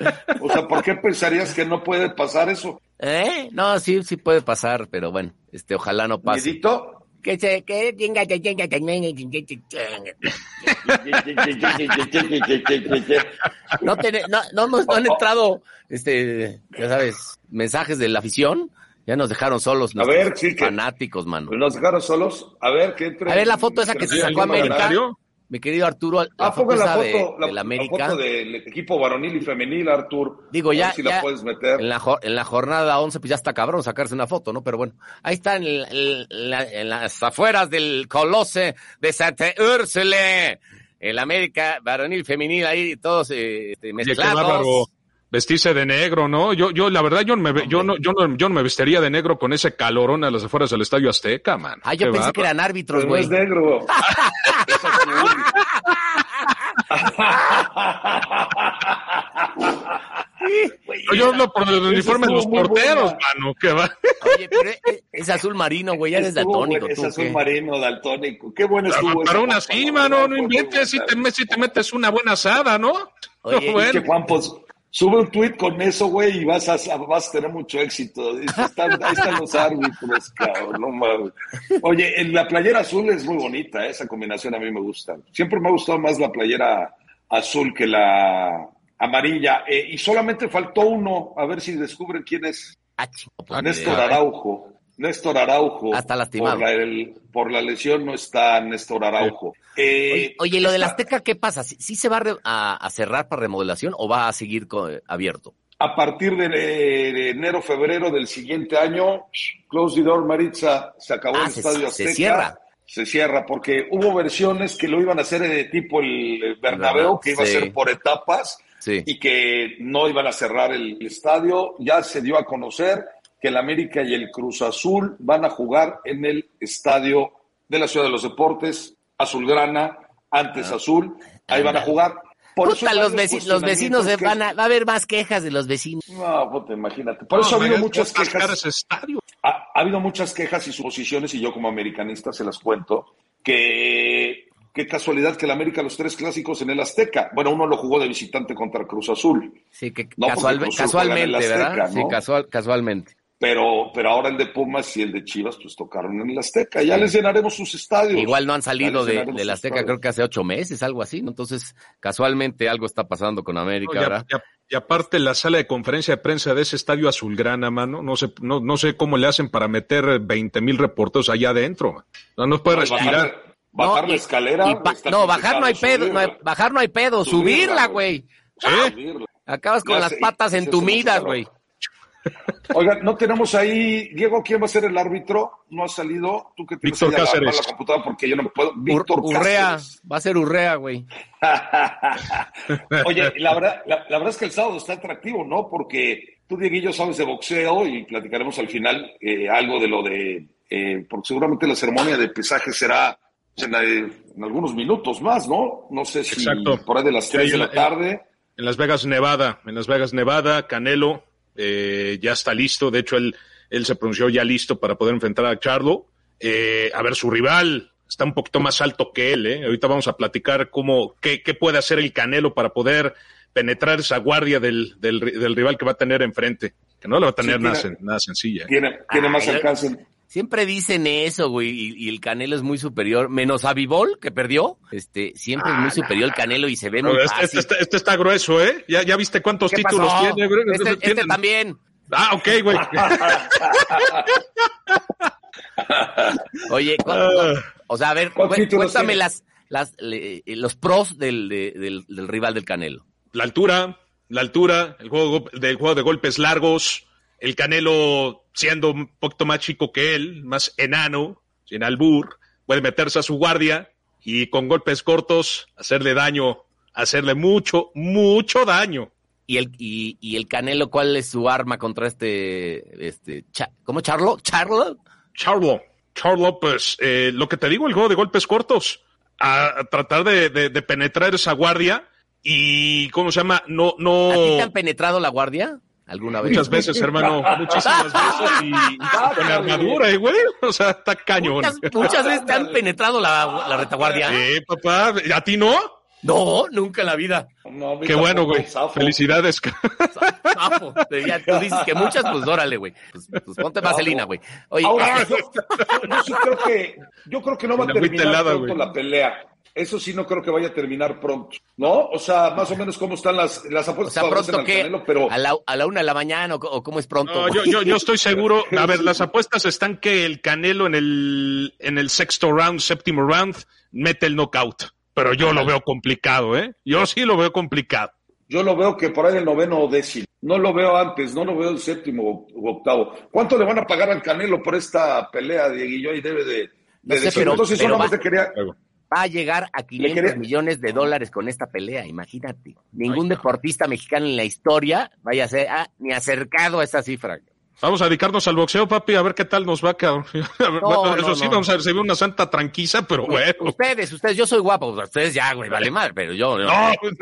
O sea, ¿por qué pensarías que no puede pasar eso? ¿Eh? No, sí, sí puede pasar, pero bueno, este, ojalá no pase. Miedito. Que se, que chinga, chinga, chinga, chinga. No, tiene- no, no, hemos- no han entrado, este, ya sabes, mensajes de la afición. Ya nos dejaron solos A nuestros ver, sí, que- fanáticos, mano. Nos dejaron solos. A ver, que entre. A ver la foto esa que se sacó América. comentario? Mi querido Arturo, la Ah, foto pongan la esa foto, de, la, del la América. foto del equipo varonil y femenil, Artur. Digo, A ver ya, si ya la puedes meter. En, la, jo- en la jornada once, pues ya está cabrón sacarse una foto, ¿no? Pero bueno, ahí está en, el- en la- en las afueras del Colose de Santa Úrsula. El América varonil, femenil, ahí todos eh, este, Oye, qué bárbaro. mezclados. Vestirse de negro, ¿no? Yo, yo, la verdad, yo no me, ve- yo no, yo no, yo no me vestiría de negro con ese calorón a las afueras del Estadio Azteca, man. Ah, yo Qué pensé que bárbaro. eran árbitros, Pero no güey. es negro. Es azul. Yo hablo por el uniforme de los porteros, mano, que va. Oye, pero es, es azul marino, güey, ya eres daltónico. Es ¿tú azul qué? marino, daltónico. Qué bueno estuvo. Pero aún así, mano, no inventes, si te, si te metes una buena asada, ¿no? Oye, bueno. Es que, Juan, pues, sube un tuit con eso, güey, y vas a, vas a tener mucho éxito. Están, ahí están los árbitros, cabrón, no mames. Oye, en la playera azul es muy bonita, ¿eh? Esa combinación a mí me gusta. Siempre me ha gustado más la playera azul que la amarilla. Eh, y solamente faltó uno, a ver si descubren quién es. Ah, chico, pues, Néstor eh, Araujo. Néstor Araujo. Hasta lastimado. Por la, el, por la lesión no está Néstor Araujo. Eh, Oye, oye, lo está, de la Azteca, ¿qué pasa? ¿Sí, sí se va a, re, a, a cerrar para remodelación o va a seguir con, abierto? A partir de, de enero, febrero del siguiente año, close the door, Maritza, se acabó Ah, el se- Estadio Azteca. se cierra. Se cierra, porque hubo versiones que lo iban a hacer de tipo el, el Bernabéu, que iba Sí. a ser por etapas, Sí. y que no iban a cerrar el, el estadio. Ya se dio a conocer que el América y el Cruz Azul van a jugar en el estadio de la Ciudad de los Deportes, Azulgrana, antes Ah. Azul, ahí van a Ándale. jugar. Por eso Puta, hay los, varios veci- los vecinos se cuestionamientos van a... Va a haber más quejas de los vecinos. que- No, puta, imagínate. Por eso No, ha habido es- muchas es atascar quejas. ese estadio. Ha, ha habido muchas quejas y suposiciones, y yo como americanista se las cuento, que qué casualidad que el América los tres clásicos en el Azteca. Bueno, uno lo jugó de visitante contra Cruz Azul, Sí, que No, casual- porque Cruz Azul juega en casualmente, el Azteca, ¿verdad? Sí, ¿no? casual, casualmente. pero, pero ahora el de Pumas y el de Chivas pues tocaron en el Azteca. Ya les llenaremos sus estadios. Igual no han Ya salido les de, llenaremos de la sus Azteca, estadios. creo que hace ocho meses, algo así, ¿no? Entonces, casualmente algo está pasando con América, No, ya- ¿verdad? ya- y aparte la sala de conferencia de prensa de ese estadio azulgrana, mano, no sé, no, no sé cómo le hacen para meter veinte mil reporteros allá adentro. No nos puede No, respirar. Bajar, bajar No, la y- escalera. y pa- está no, bajar no hay complicado, pedo, no hay- subirla. bajar no hay pedo, Subirla, subirla, güey. güey. ¿Sí? Subirla. Acabas con Ya las sé, patas se hace entumidas, mucho güey. calor. Oigan, no tenemos ahí, Diego, ¿quién va a ser el árbitro? No ha salido. Tú que tienes Víctor ahí a la- Cáceres. a la computadora porque yo no puedo. Ur- Víctor Urrea, Cáceres. va a ser Urrea, güey. Oye, la verdad, la, la verdad es que el sábado está atractivo, ¿no? Porque tú, Dieguillo, sabes de boxeo y platicaremos al final eh, algo de lo de, eh, porque seguramente la ceremonia de pesaje será en, eh, en algunos minutos más, ¿no? No sé si Exacto. por ahí de las Sí, tres de en la la- tarde. En Las Vegas, Nevada, en Las Vegas, Nevada, Canelo eh, ya está listo. De hecho, él, él se pronunció ya listo para poder enfrentar a Charlo. Eh, a ver, su rival está un poquito más alto que él. ¿eh? Ahorita vamos a platicar cómo, qué, qué puede hacer el Canelo para poder penetrar esa guardia del, del, del rival que va a tener enfrente. Que no la va a tener Sí, nada, tiene- sen- nada sencilla. ¿eh? Tiene, tiene más Ay, alcance. Siempre dicen eso, güey, y, y el Canelo es muy superior, menos a Bivol, que perdió, este, siempre es muy superior el Canelo y se ve muy Pero fácil. este, este, este está grueso, ¿eh? ¿Ya, ya viste cuántos ¿Qué títulos pasó? tiene? güey? Este, este Tienen- también. Ah, ok, güey. Oye, cu- Ah. o sea, a ver, ¿Cuántos cu- títulos cuéntame tiene? las, las, le- los pros del, de- del, del rival del Canelo. La altura, la altura, el juego del juego de golpes largos, el Canelo siendo un poquito más chico que él, más enano, sin albur, puede meterse a su guardia y con golpes cortos hacerle daño, hacerle mucho, mucho daño. Y el, y, y el Canelo, ¿cuál es su arma contra este, este, Cha- ¿cómo, Charlo? ¿Charlo? Charlo, Charlo, pues eh, lo que te digo, el juego de golpes cortos, a, a tratar de, de, de penetrar esa guardia y, ¿cómo se llama? No, no. ¿A ti te han penetrado la guardia alguna vez? Muchas veces, hermano, muchísimas veces y, y con armadura, eh, güey. O sea, está cañón. Muchas, muchas veces te han penetrado la, la retaguardia. Sí, papá, ¿a ti no? No, nunca en la vida. No, a mí Qué bueno, tampoco, güey. zafo. Felicidades. Zafo. Ya tú dices que muchas, pues órale, güey. Pues, pues ponte vaselina, güey. Oye, Ahora, yo, yo sí creo que, yo creo que no va a Una agüita terminar helada, pronto güey. la pelea. Eso sí no creo que vaya a terminar pronto, ¿no? O sea, más o menos cómo están las, las o apuestas sea, favorecen pronto al que Canelo, pero a la, a la una de la mañana o, co- o cómo es pronto. No, yo, güey? yo, yo estoy seguro. A ver, las apuestas están que el Canelo en el, en el sexto round, séptimo round, mete el knockout. Pero yo lo veo complicado, ¿eh? Yo sí lo veo complicado. yo lo veo que por ahí el noveno o décimo. No lo veo antes, no lo veo el séptimo u octavo. ¿Cuánto le van a pagar al Canelo por esta pelea, Dieguillo? Ahí debe de, de No sé, decir. pero- Entonces pero solamente va- quería... Va a llegar a quinientos quería- millones de dólares con esta pelea, imagínate. Ningún deportista mexicano en la historia vaya a ser ah, ni acercado a esa cifra. Vamos a dedicarnos al boxeo, papi, a ver qué tal nos va, cabrón. No, bueno, eso no, sí, no. Vamos a recibir una santa tranquiza, pero bueno. Ustedes, ustedes, yo soy guapo, ustedes ya, güey, vale madre, pero yo... No.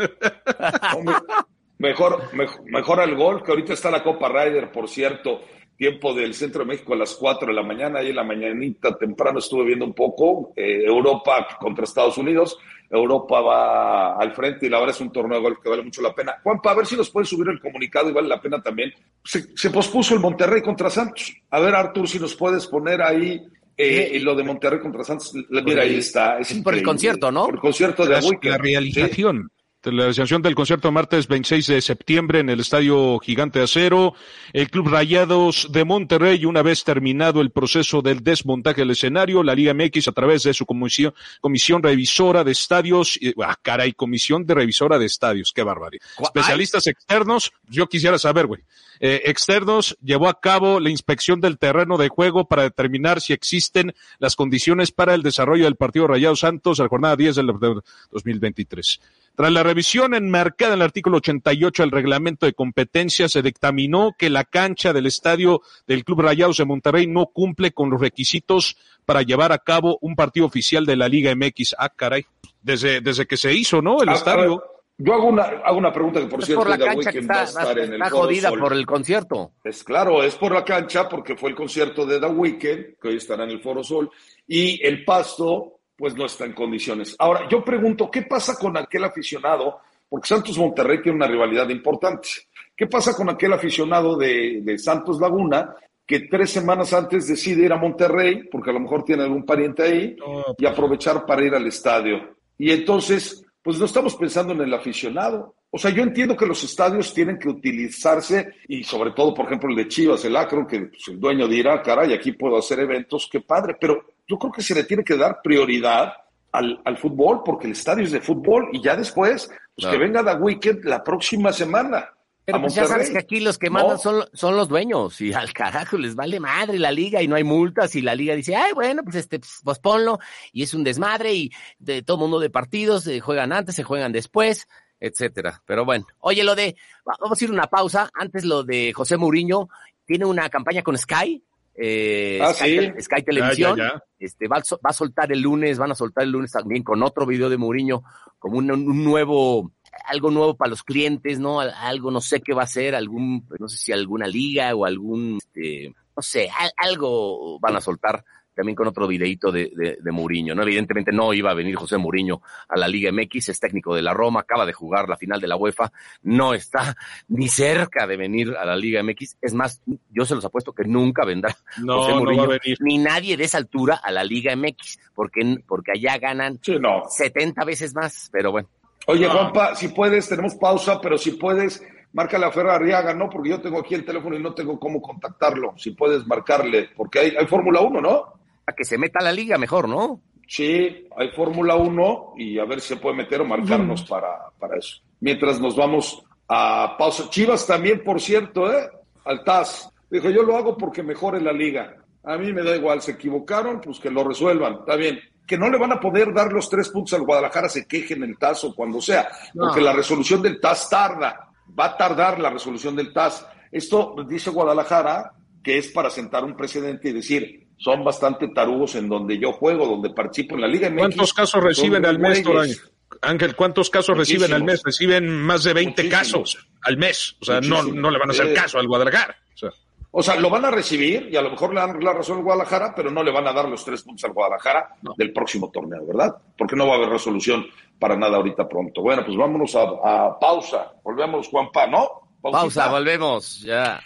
Hombre, mejor, mejor, mejor al golf, que ahorita está la Copa Ryder, por cierto, tiempo del Centro de México a las cuatro de la mañana, ahí en la mañanita temprano estuve viendo un poco, eh, Europa contra Estados Unidos, Europa va al frente y la verdad es un torneo de golf que vale mucho la pena. Juanpa, a ver si nos pueden subir el comunicado y vale la pena también. Se, se pospuso el Monterrey contra Santos. A ver, Artur, si nos puedes poner ahí eh, lo de Monterrey contra Santos. Mira, ahí está. Es por el concierto, ¿no? Por el concierto de la, la realización. ¿Sí? La realización del concierto martes veintiséis de septiembre en el Estadio Gigante de Acero. El Club Rayados de Monterrey, una vez terminado el proceso del desmontaje del escenario, la Liga M X a través de su comisión, comisión revisora de estadios, ah, caray, comisión de revisora de estadios, qué barbaridad. Especialistas externos, yo quisiera saber, güey, eh, externos, llevó a cabo la inspección del terreno de juego para determinar si existen las condiciones para el desarrollo del partido Rayados Santos a la jornada diez del dos mil veintitrés. Tras la revisión enmarcada en el artículo ochenta y ocho del reglamento de competencia, se dictaminó que la cancha del estadio del Club Rayados de Monterrey no cumple con los requisitos para llevar a cabo un partido oficial de la Liga M X. Ah, caray, desde, desde que se hizo, ¿no? El ah, estadio. Yo hago una, hago una pregunta que, por es cierto, por la cancha que está, va a estar en el Foro jodida Sol. Por el concierto. Es claro, es por la cancha porque fue el concierto de The Weeknd, que hoy estará en el Foro Sol, y el pasto pues no está en condiciones. Ahora, yo pregunto, ¿qué pasa con aquel aficionado? Porque Santos Monterrey tiene una rivalidad importante. ¿Qué pasa con aquel aficionado de, de Santos Laguna que tres semanas antes decide ir a Monterrey, porque a lo mejor tiene algún pariente ahí, oh, y aprovechar para ir al estadio? Y entonces, pues no estamos pensando en el aficionado. O sea, yo entiendo que los estadios tienen que utilizarse, y sobre todo, por ejemplo, el de Chivas, el Akron, que pues, el dueño dirá, caray, aquí puedo hacer eventos, qué padre, pero yo creo que se le tiene que dar prioridad al, al fútbol, porque el estadio es de fútbol, y ya después, pues claro, que venga The Weeknd la próxima semana. Pero pues ya sabes que aquí los que mandan no. son, son los dueños, y al carajo les vale madre la liga, y no hay multas, y la liga dice, ay, bueno, pues este, pues ponlo, y es un desmadre, y de todo mundo de partidos, se juegan antes, se juegan después, etcétera. Pero bueno, oye, lo de, vamos a ir a una pausa, antes lo de José Mourinho, tiene una campaña con Sky, Eh, ah, Sky, sí. Sky Televisión, ya, ya. este va, va a soltar el lunes, van a soltar el lunes también con otro video de Mourinho, como un, un nuevo, algo nuevo para los clientes, ¿no? Algo, no sé qué va a ser, algún, no sé si alguna liga o algún, este, no sé, al, algo van a soltar también con otro videíto de, de, de Mourinho, ¿no? Evidentemente no iba a venir José Mourinho a la Liga M X, es técnico de la Roma, acaba de jugar la final de la UEFA, no está ni cerca de venir a la Liga M X, es más, yo se los apuesto que nunca vendrá no, José Mourinho, no va a venir. Ni nadie de esa altura a la Liga M X, porque, porque allá ganan sí, no. setenta veces más, pero bueno. Oye, no. Juanpa, si puedes, tenemos pausa, pero si puedes, márcale a Fer Arriaga, ¿no? Porque yo tengo aquí el teléfono y no tengo cómo contactarlo, si puedes marcarle, porque hay, hay Fórmula uno, ¿no? A que se meta a la liga mejor, ¿no? Sí, hay Fórmula uno y a ver si se puede meter o marcarnos mm. para, para eso. Mientras nos vamos a pausa. Chivas también, por cierto, ¿eh? Al T A S. Dijo, yo lo hago porque mejore la liga. A mí me da igual, se equivocaron, pues que lo resuelvan. Está bien. Que no le van a poder dar los tres puntos al Guadalajara, se quejen el T A S o cuando sea. No. Porque la resolución del T A S tarda. Va a tardar la resolución del T A S. Esto dice Guadalajara que es para sentar un precedente y decir, son bastante tarugos en donde yo juego, donde participo en la Liga M X. ¿Cuántos casos reciben al mes, Toraño? Ángel, ¿cuántos casos Muchísimos. reciben al mes? Reciben más de veinte Muchísimos. casos al mes. O sea, no, no le van a hacer eh, caso al Guadalajara. O sea. o sea, lo van a recibir y a lo mejor le dan la razón al Guadalajara, pero no le van a dar los tres puntos al Guadalajara no. del próximo torneo, ¿verdad? Porque no va a haber resolución para nada ahorita pronto. Bueno, pues vámonos a, a pausa. Volvemos, Juanpa, ¿no? Pausita. Pausa, volvemos, ya.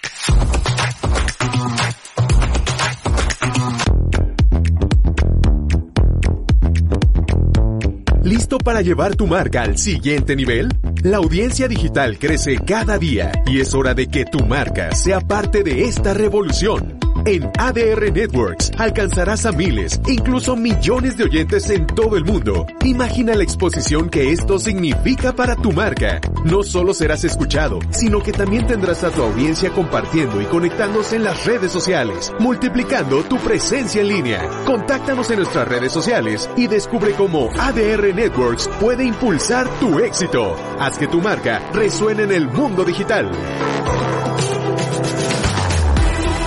¿Listo para llevar tu marca al siguiente nivel? La audiencia digital crece cada día y es hora de que tu marca sea parte de esta revolución. En A D R Networks alcanzarás a miles, incluso millones de oyentes en todo el mundo. Imagina la exposición que esto significa para tu marca. No solo serás escuchado, sino que también tendrás a tu audiencia compartiendo y conectándose en las redes sociales, multiplicando tu presencia en línea. Contáctanos en nuestras redes sociales y descubre cómo A D R Networks puede impulsar tu éxito. Haz que tu marca resuene en el mundo digital.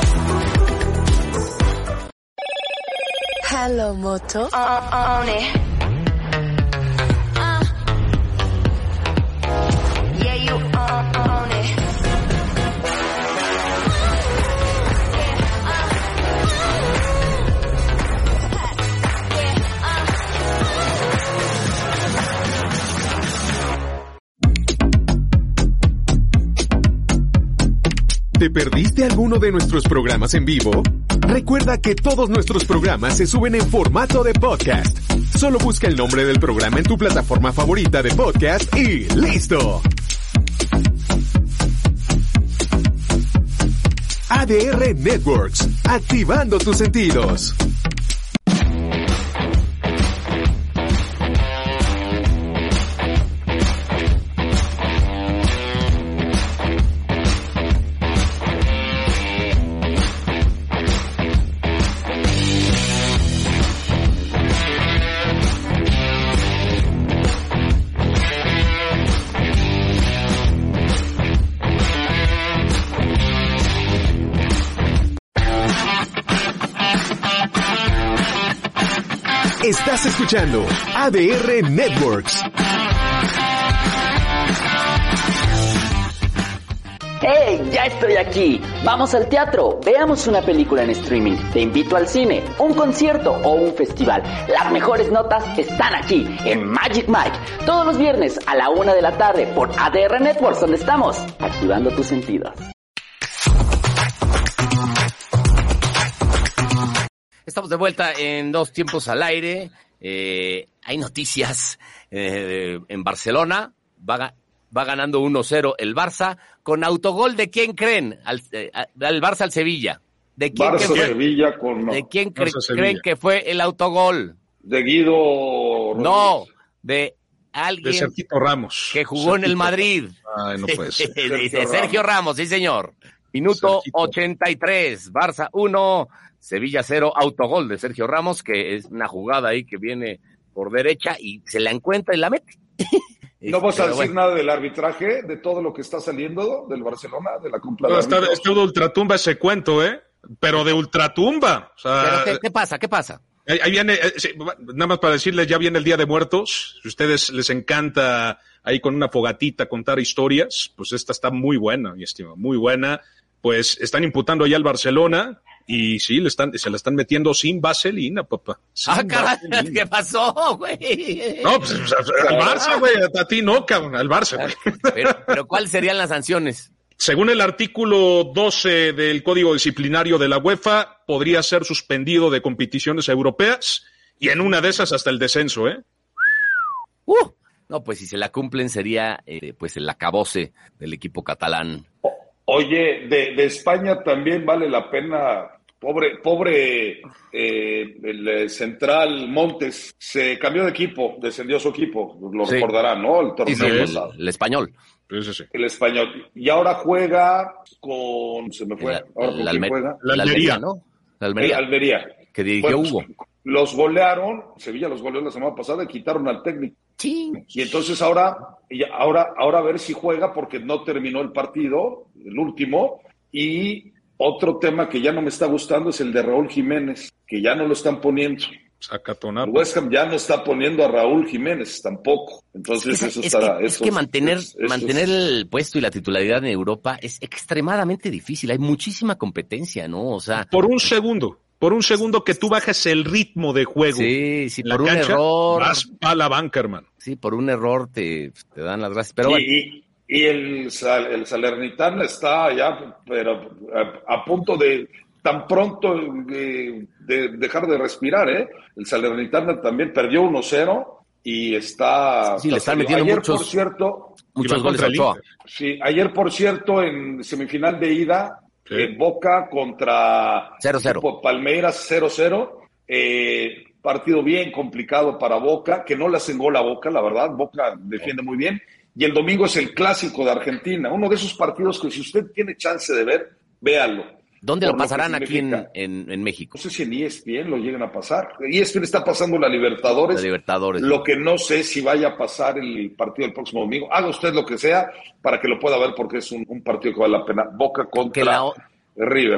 Hello, Moto. Uh, on it. Uh. Yeah, you uh, on it. ¿Te perdiste alguno de nuestros programas en vivo? Recuerda que todos nuestros programas se suben en formato de podcast. Solo busca el nombre del programa en tu plataforma favorita de podcast y ¡listo! A D R Networks, activando tus sentidos. Estás escuchando A D R Networks. ¡Hey! ¡Ya estoy aquí! Vamos al teatro, veamos una película en streaming, te invito al cine, un concierto o un festival. Las mejores notas están aquí, en Magic Mike, todos los viernes a la una de la tarde por A D R Networks, donde estamos, activando tus sentidos. Estamos de vuelta en Dos Tiempos al Aire. Eh, hay noticias eh, en Barcelona. Va, va ganando uno cero el Barça. ¿Con autogol de quién creen? Al, eh, al Barça al Sevilla. ¿De quién Barça fue? Sevilla con no. ¿De quién cre- creen que fue el autogol? De Guido Rodríguez. No, de alguien de Sergito Ramos. que jugó Sergito en el Madrid. Ay, no puede ser. de, de Sergio Sergio Ramos, sí señor. Minuto Sergito. ochenta y tres, Barça uno, Sevilla cero, autogol de Sergio Ramos, que es una jugada ahí que viene por derecha y se la encuentra y la mete. ¿No vas a Pero decir bueno. nada del arbitraje, de todo lo que está saliendo del Barcelona, de la compra de No, está, árbitros? está de ultratumba ese cuento, ¿eh? Pero de ultratumba. O sea, ¿Pero qué, qué pasa? ¿Qué pasa? Ahí ahí viene, eh, sí, nada más para decirles, ya viene el Día de Muertos. Si a ustedes les encanta ahí con una fogatita contar historias, pues esta está muy buena, mi estimado, muy buena. Pues están imputando allá al Barcelona y sí, le están, se la están metiendo sin vaselina, papá. Sin Ah, caray, vaselina. ¿qué pasó, güey? No, pues al Barça, güey, a ti no, cabrón, al Barça, güey. Pero, pero ¿cuáles serían las sanciones? Según el artículo doce del Código Disciplinario de la UEFA, podría ser suspendido de competiciones europeas y en una de esas hasta el descenso, ¿eh? Uh, no, pues si se la cumplen sería eh, pues el acabose del equipo catalán. Oye, de, de España también vale la pena, pobre, pobre eh, el eh, central Montes, se cambió de equipo, descendió su equipo, lo Sí. recordarán, ¿no? El Sí, torneo sí, el, pasado. el español. Eso sí. El español. Y ahora juega con, se me fue, El- ahora el con quién Almer- juega. La el Almería. ¿no? La El Almería, Almería. que dirigió Bueno, Hugo. los golearon, Sevilla los goleó la semana pasada y quitaron al técnico. Sí. Y entonces ahora, y ahora, ahora a ver si juega porque no terminó el partido, el último. Y otro tema que ya no me está gustando es el de Raúl Jiménez, que ya no lo están poniendo. Sacatonapo. El West Ham ya no está poniendo a Raúl Jiménez tampoco. Entonces Es, eso es está. que, es eso que mantener, es- eso mantener es- el puesto y la titularidad en Europa es extremadamente difícil. Hay muchísima competencia, ¿no? O sea, Por un segundo, por un segundo que tú bajes el ritmo de juego. sí, sí, en la por un cancha, error, vas a la banca, hermano. sí, por un error te, te dan las gracias. Pero Sí, bueno, y, y el, Sal- el Salernitana está ya, pero a, a punto de tan pronto de, de dejar de respirar, ¿eh? El Salernitana también perdió uno cero y está. Sí, le está están serio. metiendo ayer, muchos- por cierto, muchos va goles contra a el Ochoa. Inter. sí, ayer, por cierto, en semifinal de ida, Sí. eh, Boca contra cero cero. equipo Palmeiras cero cero. Eh, partido bien complicado para Boca, que no le hacen gol a Boca, la verdad. Boca defiende muy bien. Y el domingo es el clásico de Argentina, uno de esos partidos que si usted tiene chance de ver, véalo. ¿Dónde lo Por que pasarán aquí en, significa. en, en México? No sé si en E S P N lo lleguen a pasar. E S P N está pasando la Libertadores. La Libertadores. Lo que no sé si vaya a pasar el partido el próximo domingo. Haga usted lo que sea para que lo pueda ver porque es un, un partido que vale la pena. Boca contra Que la o- River. Sí.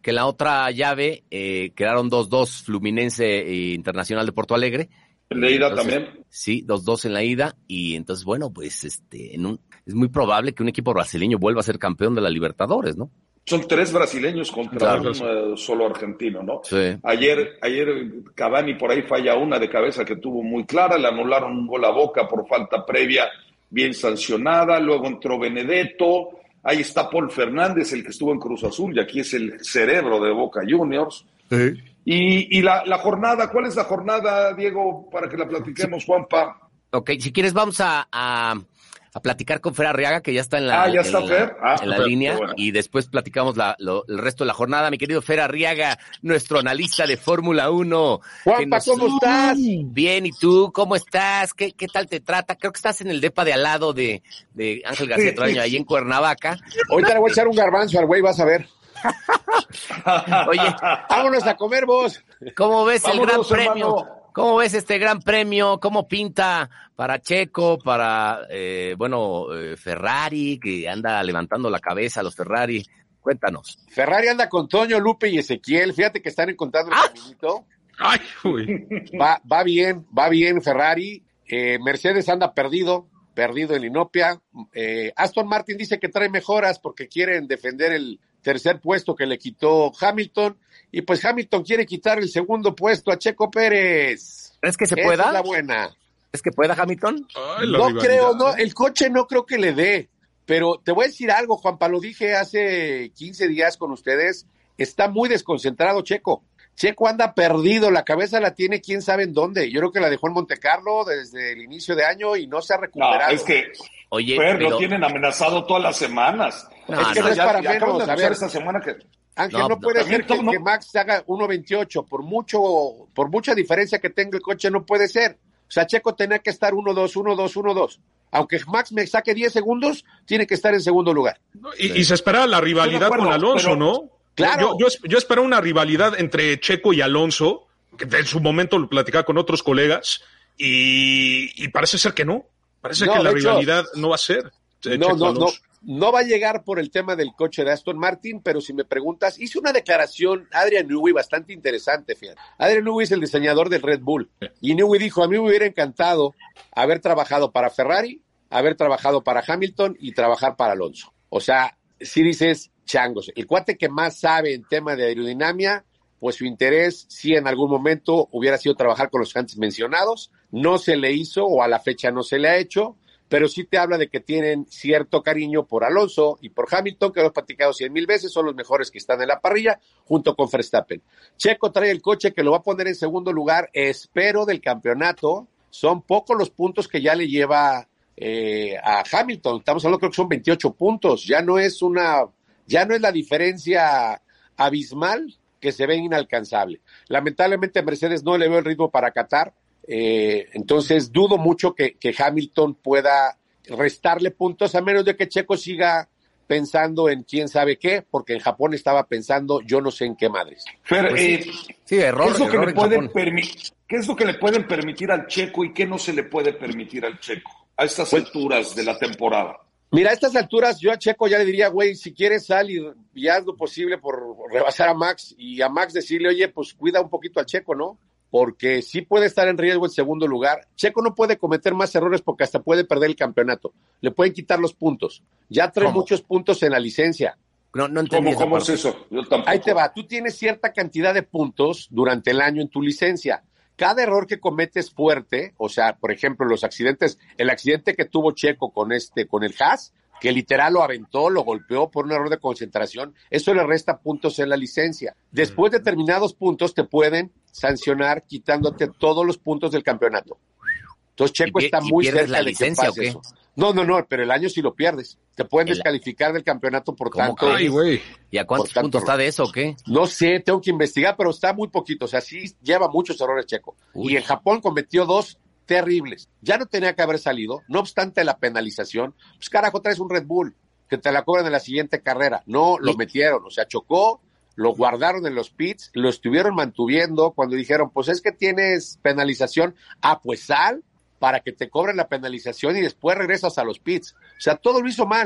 que en la otra llave eh, quedaron dos dos Fluminense e Internacional de Porto Alegre. En la ida entonces, también. Sí, dos dos en la ida, y entonces, bueno, pues este, en un, es muy probable que un equipo brasileño vuelva a ser campeón de la Libertadores, ¿no? Son tres brasileños contra Claro. un uh, solo argentino, ¿no? Sí. Ayer, ayer Cavani por ahí falla una de cabeza que tuvo muy clara, le anularon un gol a Boca por falta previa bien sancionada, luego entró Benedetto, ahí está Paul Fernández, el que estuvo en Cruz Azul, y aquí es el cerebro de Boca Juniors. Sí. Y, y la, la jornada, ¿cuál es la jornada, Diego, para que la platiquemos, Juanpa? Ok, si quieres vamos a, a, a platicar con Fer Arriaga, que ya está en la, Ah, ya está en Fer. la, Ah, en la Fer, línea, qué bueno. y después platicamos la, lo, el resto de la jornada. Mi querido Fer Arriaga, nuestro analista de Fórmula uno. Juanpa, ¿cómo estás? Bien, ¿y tú? ¿Cómo estás? ¿Qué, qué tal te trata? Creo que estás en el depa de al lado de, de Ángel García Troaño, ahí en Cuernavaca. Ahorita le voy a echar un garbanzo al güey, vas a ver. Oye, vámonos a comer vos. ¿cómo ves el gran Vámonos, premio? hermano. ¿Cómo ves este gran premio? ¿Cómo pinta para Checo, para, eh, bueno, eh, Ferrari, que anda levantando la cabeza a los Ferrari? Cuéntanos. Ferrari anda con Toño, Lupe y Ezequiel. Fíjate que están encontrando el ¡Ah! caminito. Ay, uy. Va, va bien, va bien Ferrari. Eh, Mercedes anda perdido, perdido en Linopia. Eh, Aston Martin dice que trae mejoras porque quieren defender el tercer puesto que le quitó Hamilton. Y pues Hamilton quiere quitar el segundo puesto a Checo Pérez. ¿Crees que se Esa pueda? es la buena. ¿Es que pueda Hamilton? Ay, la No rivalidad. creo, no, el coche no creo que le dé, pero te voy a decir algo, Juanpa, lo dije hace quince días con ustedes, está muy desconcentrado Checo. Checo anda perdido, la cabeza la tiene quién sabe en dónde. Yo creo que la dejó en Montecarlo desde el inicio de año y no se ha No, recuperado. es que Oye, Fer, pero- lo tienen amenazado todas las semanas. No, es que no, no, es para ya, ya acaban menos, de a anunciar ver, esta semana que... Ángel, No, no, no, puede también ser que, todo, no. que Max haga uno veintiocho, por mucho, por mucha diferencia que tenga el coche, no puede ser. O sea, Checo tenía que estar uno dos, uno dos, uno dos. Aunque Max me saque diez segundos, tiene que estar en segundo lugar. Y, y se espera la rivalidad Estoy de con acuerdo, Alonso, pero- ¿no? Claro. Yo, yo, yo esperaba una rivalidad entre Checo y Alonso, que en su momento lo platicaba con otros colegas, y, y parece ser que no. Parece No, que la de hecho, rivalidad no va a ser. eh, No, no, no, Checo-Alonso. no va a llegar por el tema del coche de Aston Martin, pero si me preguntas, hizo una declaración Adrian Newey bastante interesante, fíjate. Adrian Newey es el diseñador del Red Bull, y Newey dijo, a mí me hubiera encantado haber trabajado para Ferrari, haber trabajado para Hamilton y trabajar para Alonso. O sea, si dices, changos, el cuate que más sabe en tema de aerodinámica, pues su interés sí en algún momento hubiera sido trabajar con los antes mencionados, no se le hizo o a la fecha no se le ha hecho, pero sí te habla de que tienen cierto cariño por Alonso y por Hamilton, que lo hemos platicado cien mil veces, son los mejores que están en la parrilla, junto con Verstappen. Checo trae el coche que lo va a poner en segundo lugar, espero, del campeonato. Son pocos los puntos que ya le lleva eh, a Hamilton. Estamos hablando, creo que son veintiocho puntos. Ya no es una, ya no es la diferencia abismal que se ve inalcanzable. Lamentablemente a Mercedes no le veo el ritmo para Qatar. Eh, entonces dudo mucho que, que Hamilton pueda restarle puntos, a menos de que Checo siga pensando en quién sabe qué, porque en Japón estaba pensando yo no sé en qué madres. Fer, Pues eh, sí. Sí, error, ¿qué, es lo que error le en pueden Japón. permi- ¿Qué es lo que le pueden permitir al Checo y qué no se le puede permitir al Checo a estas Pues- alturas de la temporada? Mira, a estas alturas yo a Checo ya le diría, güey, si quieres sal y, y haz lo posible por rebasar a Max, y a Max decirle, oye, pues cuida un poquito al Checo, ¿no? Porque sí puede estar en riesgo en segundo lugar. Checo no puede cometer más errores porque hasta puede perder el campeonato. Le pueden quitar los puntos. Ya trae ¿Cómo? muchos puntos en la licencia. No, no entendí ¿Cómo, esa cómo es parte. eso? Yo tampoco. Ahí te va. Tú tienes cierta cantidad de puntos durante el año en tu licencia. Cada error que cometes fuerte, o sea, por ejemplo, los accidentes, el accidente que tuvo Checo con este, con el Haas, que literal lo aventó, lo golpeó por un error de concentración, eso le resta puntos en la licencia. Después de determinados puntos te pueden sancionar quitándote todos los puntos del campeonato. Entonces Checo ¿Y pi- está y muy pierdes cerca la de que licencia pase o qué? eso. No, no, no, pero el año sí lo pierdes. Te pueden El- descalificar del campeonato por ¿Cómo tanto. Ay, güey. ¿Y a cuántos Por tanto, puntos está de eso o qué? No sé, tengo que investigar, pero está muy poquito. O sea, sí lleva muchos errores Checo. Uy. Y en Japón cometió dos terribles. Ya no tenía que haber salido. No obstante la penalización, pues carajo, traes un Red Bull que te la cobran en la siguiente carrera. No, lo Y- metieron. O sea, chocó, lo guardaron en los pits, lo estuvieron mantuviendo cuando dijeron, pues es que tienes penalización. Ah, pues sal para que te cobren la penalización y después regresas a los pits. O sea, todo lo hizo mal.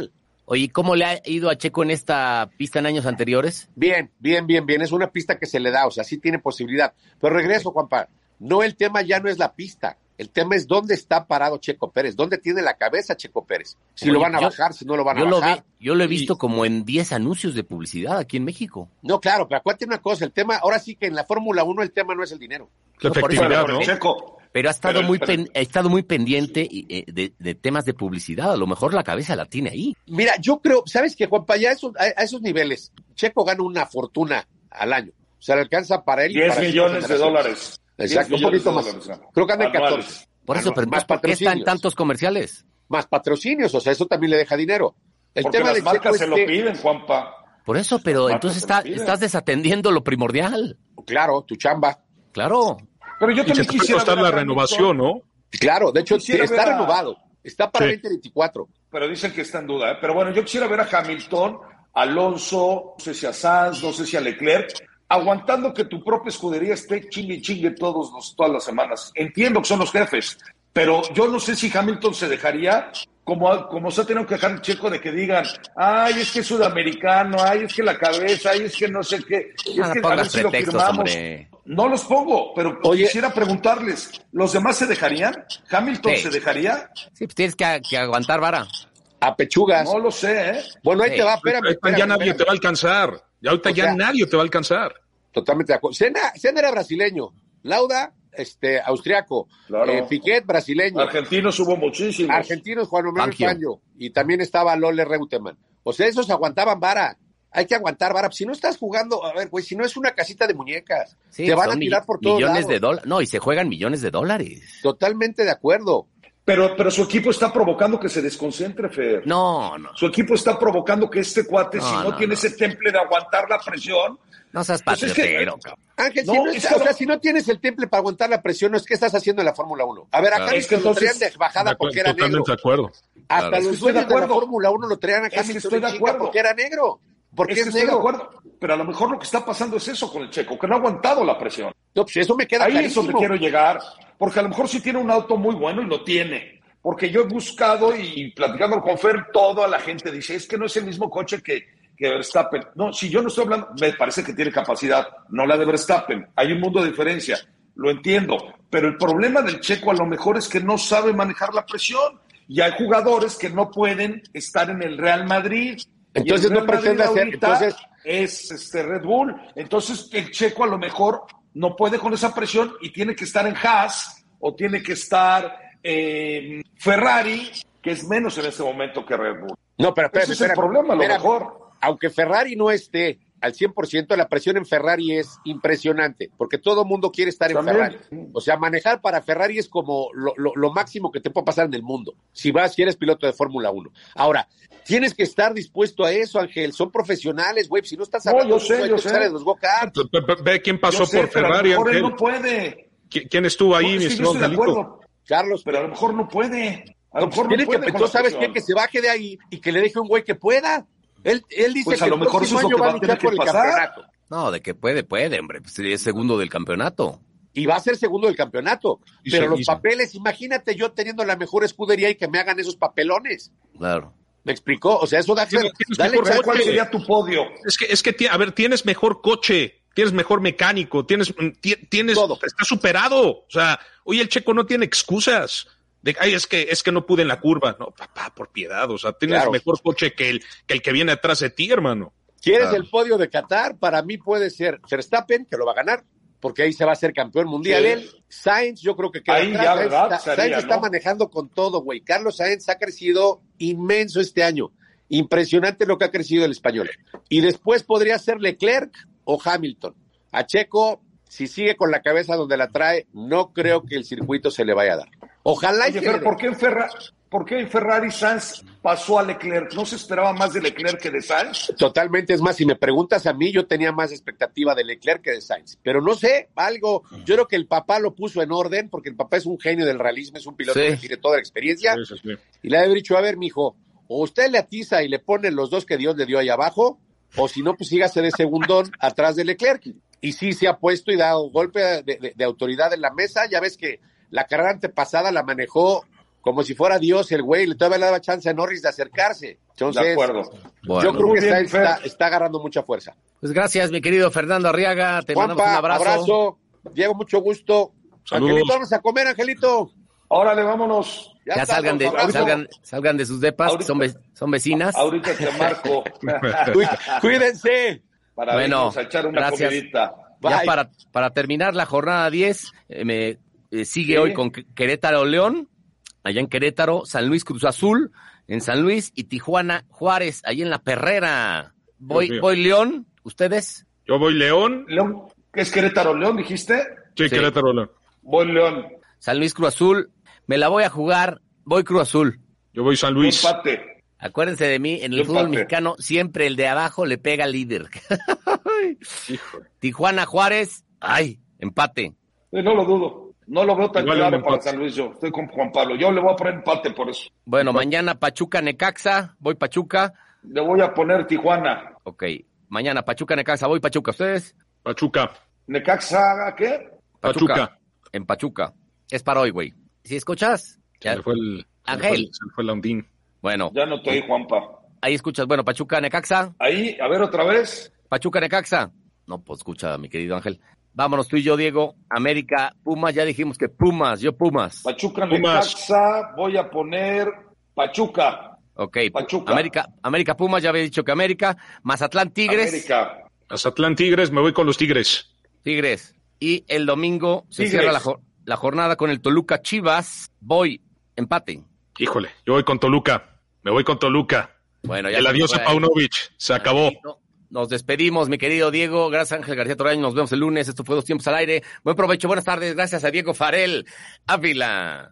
Oye, ¿cómo le ha ido a Checo en esta pista en años anteriores? Bien, bien, bien, bien. Es una pista que se le da, o sea, sí tiene posibilidad. Pero regreso, Juanpa. No, el tema ya no es la pista. El tema es dónde está parado Checo Pérez, dónde tiene la cabeza Checo Pérez. Si Oye, lo van a yo, bajar, si no lo van a yo lo bajar. vi, yo lo he visto y... como en diez anuncios de publicidad aquí en México. No, claro, pero acuérdate una cosa, el tema, ahora sí que en la Fórmula uno el tema no es el dinero. La no, efectividad, eso, ¿no? Checo. Pero ha estado pero, muy pero... pen, ha estado muy pendiente de, de, de temas de publicidad. A lo mejor la cabeza la tiene ahí. Mira, yo creo, ¿sabes qué, Juanpa? Ya a esos, a, a esos niveles, Checo gana una fortuna al año. O sea, le alcanza para él y diez para millones de dólares. Exacto, un poquito más. Dólares, ¿no? Creo que anda en Anuales. catorce. Por eso, Ah, no, pero más ¿por qué está en patrocinios. tantos comerciales? Más patrocinios, o sea, eso también le deja dinero. El Porque tema las de marcas Checo se es lo que, piden, Juanpa. Por eso, pero Las entonces marcas está, se lo piden. estás desatendiendo lo primordial. claro, tu chamba. Claro. Pero yo Y se también te puede quisiera costar ver a la Hamilton, renovación, ¿no? Claro, de hecho, Quisiera está ver a- renovado. Está para Sí. veinte veinticuatro. Pero dicen que está en duda, ¿eh? Pero bueno, yo quisiera ver a Hamilton, Alonso, no sé si a Sainz, no sé si a Leclerc, aguantando que tu propia escudería esté chingue y chingue todos los, todas las semanas. Entiendo que son los jefes, pero yo no sé si Hamilton se dejaría, como, como se ha tenido que dejar el Checo, de que digan, ay, es que es sudamericano, ay, es que la cabeza, ay, es que no sé qué, es Ah, que no a ver pongas si lo pretextos, firmamos. hombre. No los pongo, pero Oye. quisiera preguntarles, ¿los demás se dejarían? ¿Hamilton Sí. se dejaría? Sí, pues tienes que, que aguantar vara. A pechugas. No lo sé, ¿eh? Bueno, ahí Sí. te va, espérame, Ahorita espérame, ya nadie espérame. te va a alcanzar. Ya ahorita O ya sea, nadie te va a alcanzar. Totalmente de acuerdo. Senna, Senna era brasileño. Lauda, este, austriaco. Claro. Eh, Piquet, brasileño. Argentinos hubo muchísimos. Argentinos, Juan Romero Fangio. Fangio. Y también estaba Lole Reutemann. O sea, esos aguantaban vara. Hay que aguantar vara. Si no estás jugando, a ver, güey, si no es una casita de muñecas, Sí, te van a son tirar mill- por todos millones lados. de dólares. No, y se juegan millones de dólares. Totalmente de acuerdo. Pero, pero su equipo está provocando que se desconcentre, Fer. No, no. Su equipo está provocando que este cuate, No, si no, no, tiene no. ese temple de aguantar la presión, No seas Pues es que- patriotero, cabrón. Ángel, No, si, no es está- que o sea, no. si no tienes el temple para aguantar la presión, no es que estás haciendo en la Fórmula uno. A ver, acá Claro. Es que lo entonces- traían de bajada porque era Totalmente negro. de acuerdo. Hasta Claro. los Estoy de dueños de, la acuerdo. Fórmula uno lo traían a Es que Hamilton estoy en de chinga acuerdo. porque era negro. Porque es es, que estoy de negro. acuerdo. Pero a lo mejor lo que está pasando es eso con el Checo, que no ha aguantado la presión. No, pues eso me queda Ahí es clarísimo. donde quiero llegar, porque a lo mejor sí tiene un auto muy bueno y lo tiene. Porque yo he buscado y platicando con Fer, toda la gente dice, es que no es el mismo coche que, que Verstappen. No, si yo no estoy hablando, me parece que tiene capacidad, no la de Verstappen. Hay un mundo de diferencia, lo entiendo. Pero el problema del Checo a lo mejor es que no sabe manejar la presión. Y hay jugadores que no pueden estar en el Real Madrid. Y Entonces el Real no pretende Madrid hacer- ahorita entonces- es este Red Bull. Entonces el Checo a lo mejor no puede con esa presión y tiene que estar en Haas o tiene que estar en Ferrari, que es menos en este momento que Red Bull. No, pero espérame, Ese es el espérame, problema, a lo espérame. mejor. Aunque Ferrari no esté al cien por ciento, la presión en Ferrari es impresionante, porque todo el mundo quiere estar en También. Ferrari. O sea, manejar para Ferrari es como lo, lo- lo máximo que te puede pasar en el mundo, si vas, si eres piloto de Fórmula uno. Ahora, tienes que estar dispuesto a eso, Ángel, son profesionales, güey, si no estás No, hablando yo sé, de yo que sé. sales los go-karts. Ve- ve- Ve quién pasó Yo sé, por pero a lo Ferrari, mejor él Ángel. no puede. ¿Qui- ¿Quién estuvo ahí, No, mi es que yo estimado estoy de Angelito? acuerdo, Carlos, pero a lo mejor no puede. A lo no, mejor tiene no puede que, con entonces, la ¿sabes qué? presión. Que se baje de ahí y que le deje un güey que pueda. Él, él dice Pues a que lo el mejor próximo eso es lo año que va a va a luchar tener por que el pasar. campeonato. No, de que puede, puede, hombre. Pues es segundo del campeonato. Y va a ser segundo del campeonato. Y Pero se- los y se- papeles, imagínate yo teniendo la mejor escudería y que me hagan esos papelones. Claro. ¿Me explicó? O sea, eso da Tienes- tienes dale mejor chance. ¿Cuál coche. sería tu podio? Es que, es que, ti- a ver, tienes mejor coche, tienes mejor mecánico, tienes, ti- tienes, Todo. está superado. O sea, hoy el Checo no tiene excusas. De, ay, es que, es que no pude en la curva. No, papá, por piedad. O sea, tienes Claro. mejor coche que el, que el que viene atrás de ti, hermano. ¿Quieres Claro. el podio de Qatar? Para mí puede ser Verstappen, que lo va a ganar, porque ahí se va a ser campeón mundial. Sí. Él, Sainz, yo creo que queda Ahí atrás. ya, Sainz ¿verdad? está, Sería, Sainz está ¿no? manejando con todo, güey. Carlos Sainz ha crecido inmenso este año. Impresionante lo que ha crecido el español. Y después podría ser Leclerc o Hamilton. A Checo, si sigue con la cabeza donde la trae, no creo que el circuito se le vaya a dar. Ojalá y Oye, que pero le- ¿por qué en Ferrari, por qué en Ferrari Sainz pasó a Leclerc? ¿No se esperaba más de Leclerc que de Sainz? Totalmente, es más, si me preguntas a mí, yo tenía más expectativa de Leclerc que de Sainz, pero no sé, algo, yo creo que el papá lo puso en orden, porque el papá es un genio del realismo, es un piloto Sí. que tiene toda la experiencia, Sí, sí, sí. y le ha de haber dicho, a ver, mijo, o usted le atiza y le pone los dos que Dios le dio ahí abajo, o si no, pues sígase de segundón atrás de Leclerc. Y sí se ha puesto y dado golpe de, de- de autoridad en la mesa, ya ves que la carrera antepasada la manejó como si fuera Dios el güey, le todavía le daba chance a Norris de acercarse. Entonces, de acuerdo. Bueno, yo creo que está, está, está agarrando mucha fuerza. Pues gracias, mi querido Fernando Arriaga, te Juanpa, mandamos un abrazo. abrazo. Diego, mucho gusto. Saludos. Angelito, vamos a comer, Angelito. Órale, vámonos. Ya, Ya salgan, de, estamos, salgan, salgan de sus depas, que son, ve, son vecinas. Ahorita te marco. Cuídense. Para Bueno, irnos a echar una gracias. comidita. Ya Bye. para, para terminar la jornada diez, eh, me eh, sigue Sí. hoy con Querétaro León, allá en Querétaro, San Luis Cruz Azul, en San Luis, y Tijuana Juárez, ahí en La Perrera. Voy, mío. voy León, ¿ustedes? Yo voy León. León, ¿qué es Querétaro León, dijiste? Sí, Sí. Querétaro León. Voy León. San Luis Cruz Azul, me la voy a jugar, voy Cruz Azul. Yo voy San Luis. Empate. Acuérdense de mí, en el Yo fútbol empate. mexicano siempre el de abajo le pega al líder. Híjole. Tijuana Juárez, ay, empate. Eh, no lo dudo. No lo veo tan Igual claro un para empate. San Luis yo. Estoy con Juan Pablo. Yo le voy a poner empate por eso. Bueno, mañana Pachuca Necaxa, voy Pachuca. Le voy a poner Tijuana. Ok, mañana Pachuca Necaxa, voy Pachuca. ¿Ustedes? Pachuca. ¿Necaxa qué? Pachuca. En Pachuca. Es para hoy, güey. ¿Sí escuchas? Se le fue el, se le Ángel. fue el- se le fue el Laundín. Bueno, Ya no te oí, Juanpa. ahí escuchas. Bueno, Pachuca Necaxa. Ahí, a ver otra vez. Pachuca Necaxa. No, pues escucha, mi querido Ángel. Vámonos tú y yo, Diego. América, Pumas, ya dijimos que Pumas, yo Pumas. Pachuca, Pumas. Necaxa. Voy a poner Pachuca. Ok, Pachuca. América, América Pumas, ya había dicho que América. Mazatlán Tigres. América. Mazatlán Tigres, me voy con los Tigres. Tigres. Y el domingo se Tigres. cierra la, jo- la jornada con el Toluca Chivas. Voy, empate. Híjole, yo voy con Toluca. Me voy con Toluca. Bueno, ya El se adiós fue a ahí. Paunovic. Se acabó. Nos despedimos, mi querido Diego. Gracias, Ángel García Toraño. Nos vemos el lunes. Esto fue Dos Tiempos al Aire. Buen provecho, buenas tardes. Gracias a Diego Farel Ávila.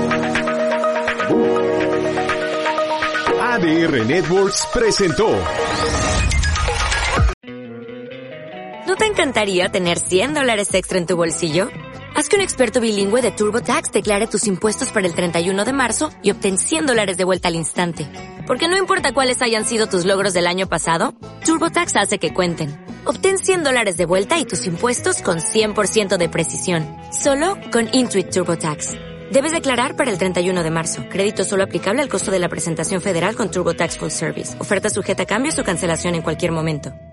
A D R Networks presentó ¿No te encantaría tener cien dólares extra en tu bolsillo? Haz que un experto bilingüe de TurboTax declare tus impuestos para el treinta y uno de marzo y obtén cien dólares de vuelta al instante. Porque no importa cuáles hayan sido tus logros del año pasado, TurboTax hace que cuenten. Obtén cien dólares de vuelta y tus impuestos con cien por ciento de precisión. Solo con Intuit TurboTax. Debes declarar para el treinta y uno de marzo. Crédito solo aplicable al costo de la presentación federal con TurboTax Full Service. Oferta sujeta a cambios o cancelación en cualquier momento.